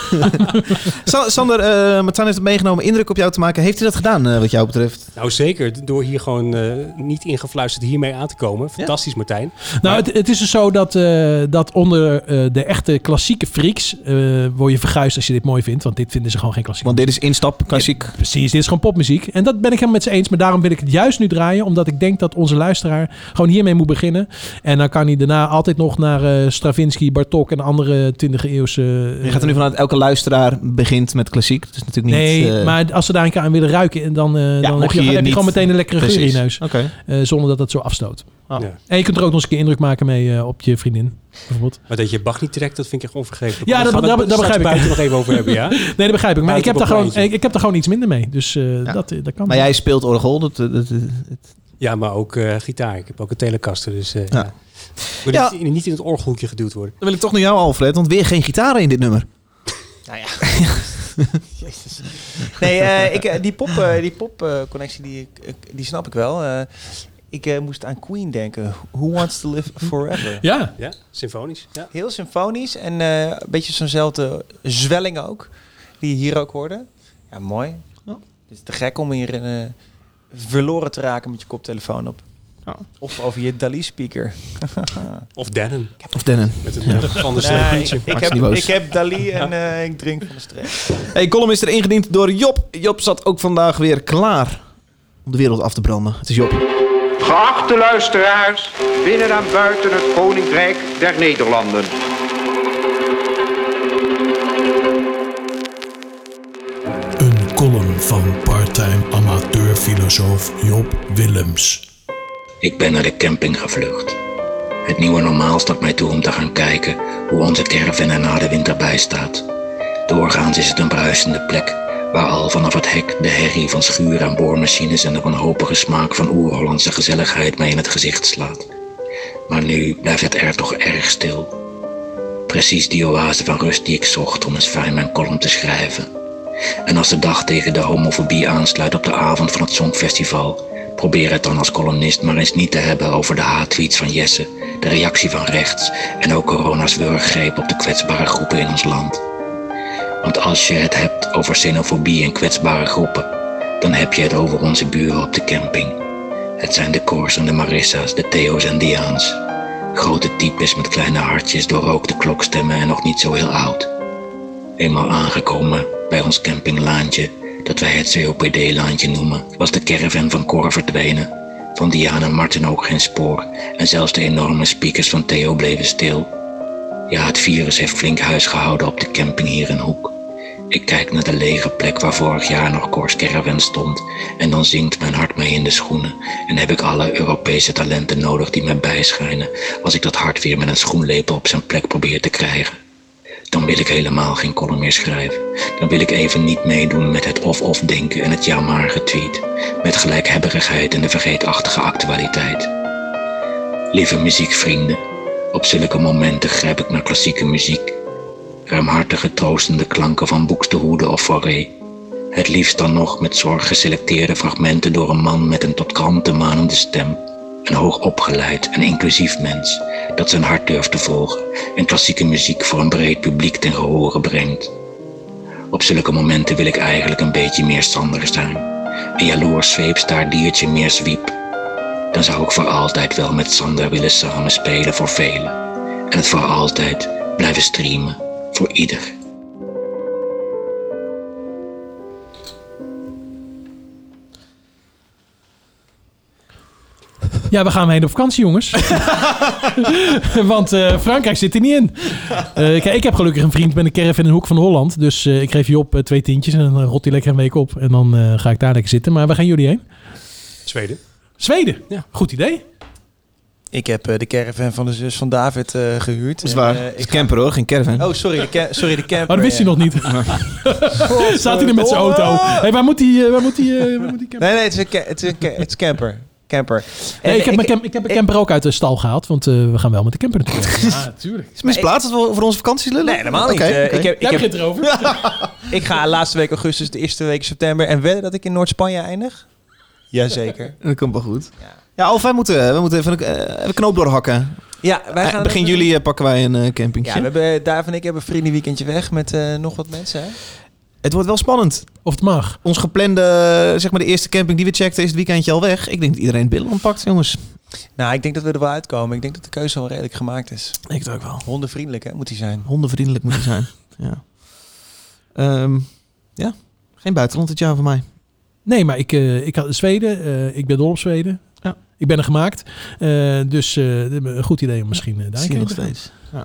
Sander, uh, Martijn heeft het meegenomen. Indruk op jou te maken. Heeft hij dat gedaan, uh, wat jou betreft? Nou, zeker. Door hier gewoon uh, niet ingefluisterd hiermee aan te komen. Fantastisch, ja. Martijn. Nou, maar... het, het is dus zo dat, uh, dat onder uh, de echte klassieke freaks uh, word je verguisd als je dit mooi vindt. Want dit vinden ze gewoon geen klassiek. Want dit is instap klassiek. Ja, precies, dit is gewoon popmuziek. En dat ben ik helemaal met ze eens. Maar daarom wil ik het juist nu draaien. Omdat ik denk dat onze luisteraar gewoon hiermee moet beginnen. En dan kan hij daarna altijd nog naar uh, Stravinsky, Bartók en andere twintigste eeuwse... Uh, je gaat er nu vanuit elke luisteraar begint met klassiek. Dat is natuurlijk niet... Nee, uh... maar als ze daar een keer aan willen ruiken, dan, uh, ja, dan heb, je, je, heb je niet... gewoon meteen een lekkere Precies. geur in je neus. Okay. Uh, zonder dat het zo afstoot. Oh. Ja. En je kunt er ook nog eens een keer indruk maken mee uh, op je vriendin. Bijvoorbeeld. Maar dat je Bach niet trekt, dat vind ik echt onvergeeflijk. Ja, dat, dat, dat, dat begrijp ik. Buiten nog even over hebben, ja? Nee, dat begrijp ik. Maar ik heb, daar gewoon, ik, ik heb daar gewoon iets minder mee. Dus uh, ja. dat, dat kan. Maar jij speelt orgel. Dat, dat, dat, dat... Ja, maar ook uh, gitaar. Ik heb ook een Telecaster. Dus uh, ja. ja. Moet ja. niet, niet in het orgelhoekje geduwd worden. Dan wil ik toch naar jou, Alfred. Want weer geen gitaren in dit nummer. Nou ja. Jezus. Nee, uh, ik, die pop, uh, die pop uh, connectie, die, die snap ik wel. Uh, Ik uh, moest aan Queen denken. Who Wants to Live Forever? Ja, ja, symfonisch. Ja. Heel symfonisch en uh, een beetje zo'nzelfde zwelling ook. Die je hier ook hoorde. Ja, mooi. Oh. Het is te gek om hier uh, verloren te raken met je koptelefoon op. Oh. Of over je Dali-speaker. Of Denon. Of Denon. Met een ja. van de nee, ik, ik, heb, ik heb Dali en uh, ik drink van de streep. Hey, column is er ingediend door Job. Job zat ook vandaag weer klaar om de wereld af te branden. Het is Job. Geachte luisteraars, binnen en buiten het Koninkrijk der Nederlanden. Een column van parttime amateurfilosoof Job Willems. Ik ben naar de camping gevlucht. Het nieuwe normaal staat mij toe om te gaan kijken hoe onze caravan er na de winter bij staat. Doorgaans is het een bruisende plek, waar al vanaf het hek de herrie van schuur- en boormachines en de wanhopige smaak van oer-Hollandse gezelligheid mij in het gezicht slaat. Maar nu blijft het er toch erg stil. Precies die oase van rust die ik zocht om eens fijn mijn column te schrijven. En als de dag tegen de homofobie aansluit op de avond van het Songfestival, probeer het dan als columnist maar eens niet te hebben over de haattweets van Jesse, de reactie van rechts en ook corona's wurggreep op de kwetsbare groepen in ons land. Want als je het hebt over xenofobie en kwetsbare groepen, dan heb je het over onze buren op de camping. Het zijn de Koors en de Marissa's, de Theo's en Diaans. Grote types met kleine hartjes, doorrookte klokstemmen en nog niet zo heel oud. Eenmaal aangekomen bij ons campinglaantje, dat wij het C O P D-laantje noemen, was de caravan van Cor verdwenen. Van Diana en Martin ook geen spoor en zelfs de enorme speakers van Theo bleven stil. Ja, het virus heeft flink huis gehouden op de camping hier in Hoek. Ik kijk naar de lege plek waar vorig jaar nog Cors caravan stond en dan zinkt mijn hart mij in de schoenen en heb ik alle Europese talenten nodig die mij bijschijnen als ik dat hart weer met een schoenlepel op zijn plek probeer te krijgen. Dan wil ik helemaal geen column meer schrijven. Dan wil ik even niet meedoen met het of-of denken en het ja maar getweet. Met gelijkhebberigheid en de vergeetachtige actualiteit. Lieve muziekvrienden, op zulke momenten grijp ik naar klassieke muziek. Ruimhartige troostende klanken van Buxtehude of Fauré. Het liefst dan nog met zorg geselecteerde fragmenten door een man met een tot kalmte manende stem. Een hoogopgeleid en inclusief mens dat zijn hart durft te volgen en klassieke muziek voor een breed publiek ten gehore brengt. Op zulke momenten wil ik eigenlijk een beetje meer Sander zijn. Een jaloers zweepstaartdiertje meer Zwiep. Dan zou ik voor altijd wel met Sander willen samenspelen voor velen. En het voor altijd blijven streamen voor ieder. Ja, we gaan heen op vakantie, jongens. Want uh, Frankrijk zit er niet in. Uh, kijk, ik heb gelukkig een vriend met een caravan in de hoek van Holland. Dus uh, ik geef je op uh, twee tientjes en dan rot hij lekker een week op. En dan uh, ga ik daar lekker zitten. Maar waar gaan jullie heen? Zweden. Zweden? Ja. Goed idee. Ik heb uh, de caravan van de zus van David uh, gehuurd. Dat is waar. En, uh, het is camper hoor, geen caravan. Oh, sorry. De, ca- sorry, de camper. Oh, dat wist hij nog niet. Staat hij er met zijn auto? Hey, waar moet hij uh, waar moet hij, uh, waar moet hij camper? Nee, nee, het is een, ca- het is een ca- het is camper. Camper. Nee, ik, heb ik, cam- ik heb een camper ook uit de stal gehaald, want uh, we gaan wel met de camper natuurlijk. Ja, natuurlijk. Is het misplaatst dat we voor onze vakanties lullen? Nee, helemaal niet. Okay, Uh, okay. ik heb, ik Jij heb, begint erover. ik ga laatste week augustus, de eerste week september en wedden dat ik in Noord-Spanje eindig. Jazeker. Dat komt wel goed. Ja, ja Alf, wij moeten, we moeten even een, uh, even knoop doorhakken. Ja, wij gaan uh, begin even... juli uh, pakken wij een uh, campingje. Ja, we hebben, Dave en ik hebben een vriendenweekendje weg met uh, nog wat mensen, hè? Het wordt wel spannend. Of het mag. Ons geplande, zeg maar de eerste camping die we checkten, is het weekendje al weg. Ik denk dat iedereen het billen pakt, jongens. Nou, ik denk dat we er wel uitkomen. Ik denk dat de keuze al redelijk gemaakt is. Ik denk het ook wel. Hondenvriendelijk, hè, moet hij zijn. Hondenvriendelijk moet hij zijn, ja. Um, ja, geen buitenland dit jaar voor mij. Nee, maar ik, uh, ik had Zweden. Uh, ik ben dol op Zweden. Ja. Ik ben er gemaakt. Uh, dus uh, een goed idee om misschien uh, daar nog steeds. Ja.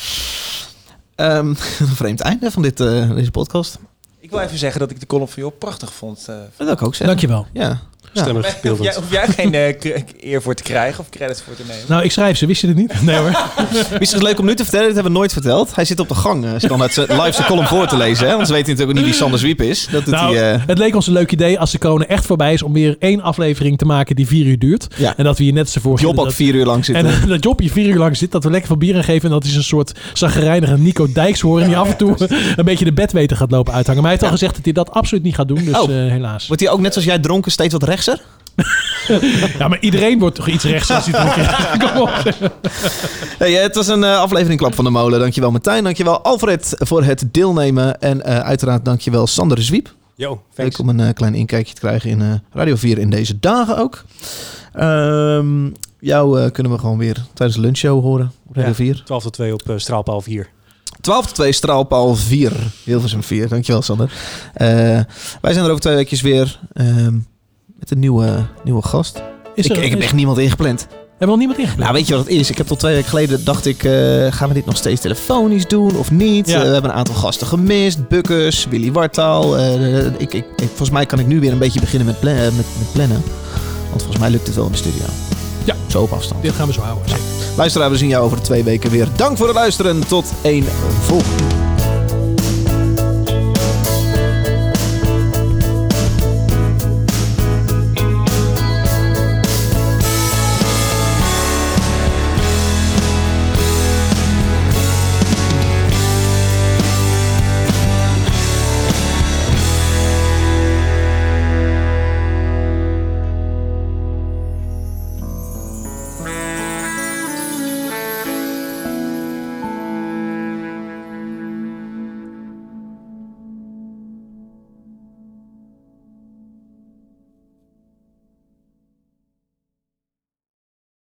Um, een vreemd einde van dit, uh, deze podcast. Ik wil even zeggen dat ik de column van jou prachtig vond. Uh, dat wil ik ook zeggen. Dankjewel. Ja. Stemmig ja. Hoef jij, hoef jij geen uh, k- eer voor te krijgen of credits voor te nemen? Nou, ik schrijf ze. Wist je het niet? Nee hoor. Wist het leuk om nu te vertellen? Dit hebben we nooit verteld. Hij zit op de gang. Uh, standaard live zijn column voor te lezen. Hè? Want ze weten natuurlijk ook niet wie Sander Zwiep is. Dat doet nou, hij, uh... het leek ons een leuk idee als de corona echt voorbij is om weer één aflevering te maken die vier uur duurt. Ja. En dat we hier net zoveel Job ook vier uur lang zit. En uh, dat Job hier vier uur lang zit. Dat we lekker van bier aan geven. En dat is een soort zaggerijnige Nico Dijks horen. Die af en toe een beetje de bedweter gaat lopen uithangen. Maar hij heeft al gezegd dat hij dat absoluut niet gaat doen. Dus oh. uh, helaas. Wordt hij ook net zoals jij dronken steeds wat rechtser? Ja, maar iedereen wordt toch iets rechts als hij dronken. Kom op. Hey, het was een uh, aflevering Klap van de Molen. Dankjewel Martijn. Dankjewel Alfred voor het deelnemen. En uh, uiteraard dankjewel Sander Zwiep. Yo, leuk om een uh, klein inkijkje te krijgen in uh, Radio vier in deze dagen ook. Um, jou uh, kunnen we gewoon weer tijdens de lunchshow horen op Radio vier. Ja, twaalf tot twee op uh, Straalpaal vier. twaalf tot twee, Straalpaal vier. Hilversum vier. Dankjewel Sander. Uh, wij zijn er over twee weekjes weer. Um, Met een nieuwe, nieuwe gast. Is er, ik, ik heb is... echt niemand ingepland. Hebben we al niemand ingepland? Nou, weet je wat het is? Ik heb tot twee weken geleden dacht ik, uh, gaan we dit nog steeds telefonisch doen of niet? Ja. Uh, we hebben een aantal gasten gemist. Bukkers, Willy Wartaal. Uh, ik, ik, ik, volgens mij kan ik nu weer een beetje beginnen met, plan, uh, met, met plannen. Want volgens mij lukt het wel in de studio. Ja. Zo op afstand. Dit gaan we zo houden. Zeker. Luisteraar, we zien jou over twee weken weer. Dank voor het luisteren. Tot één volgende.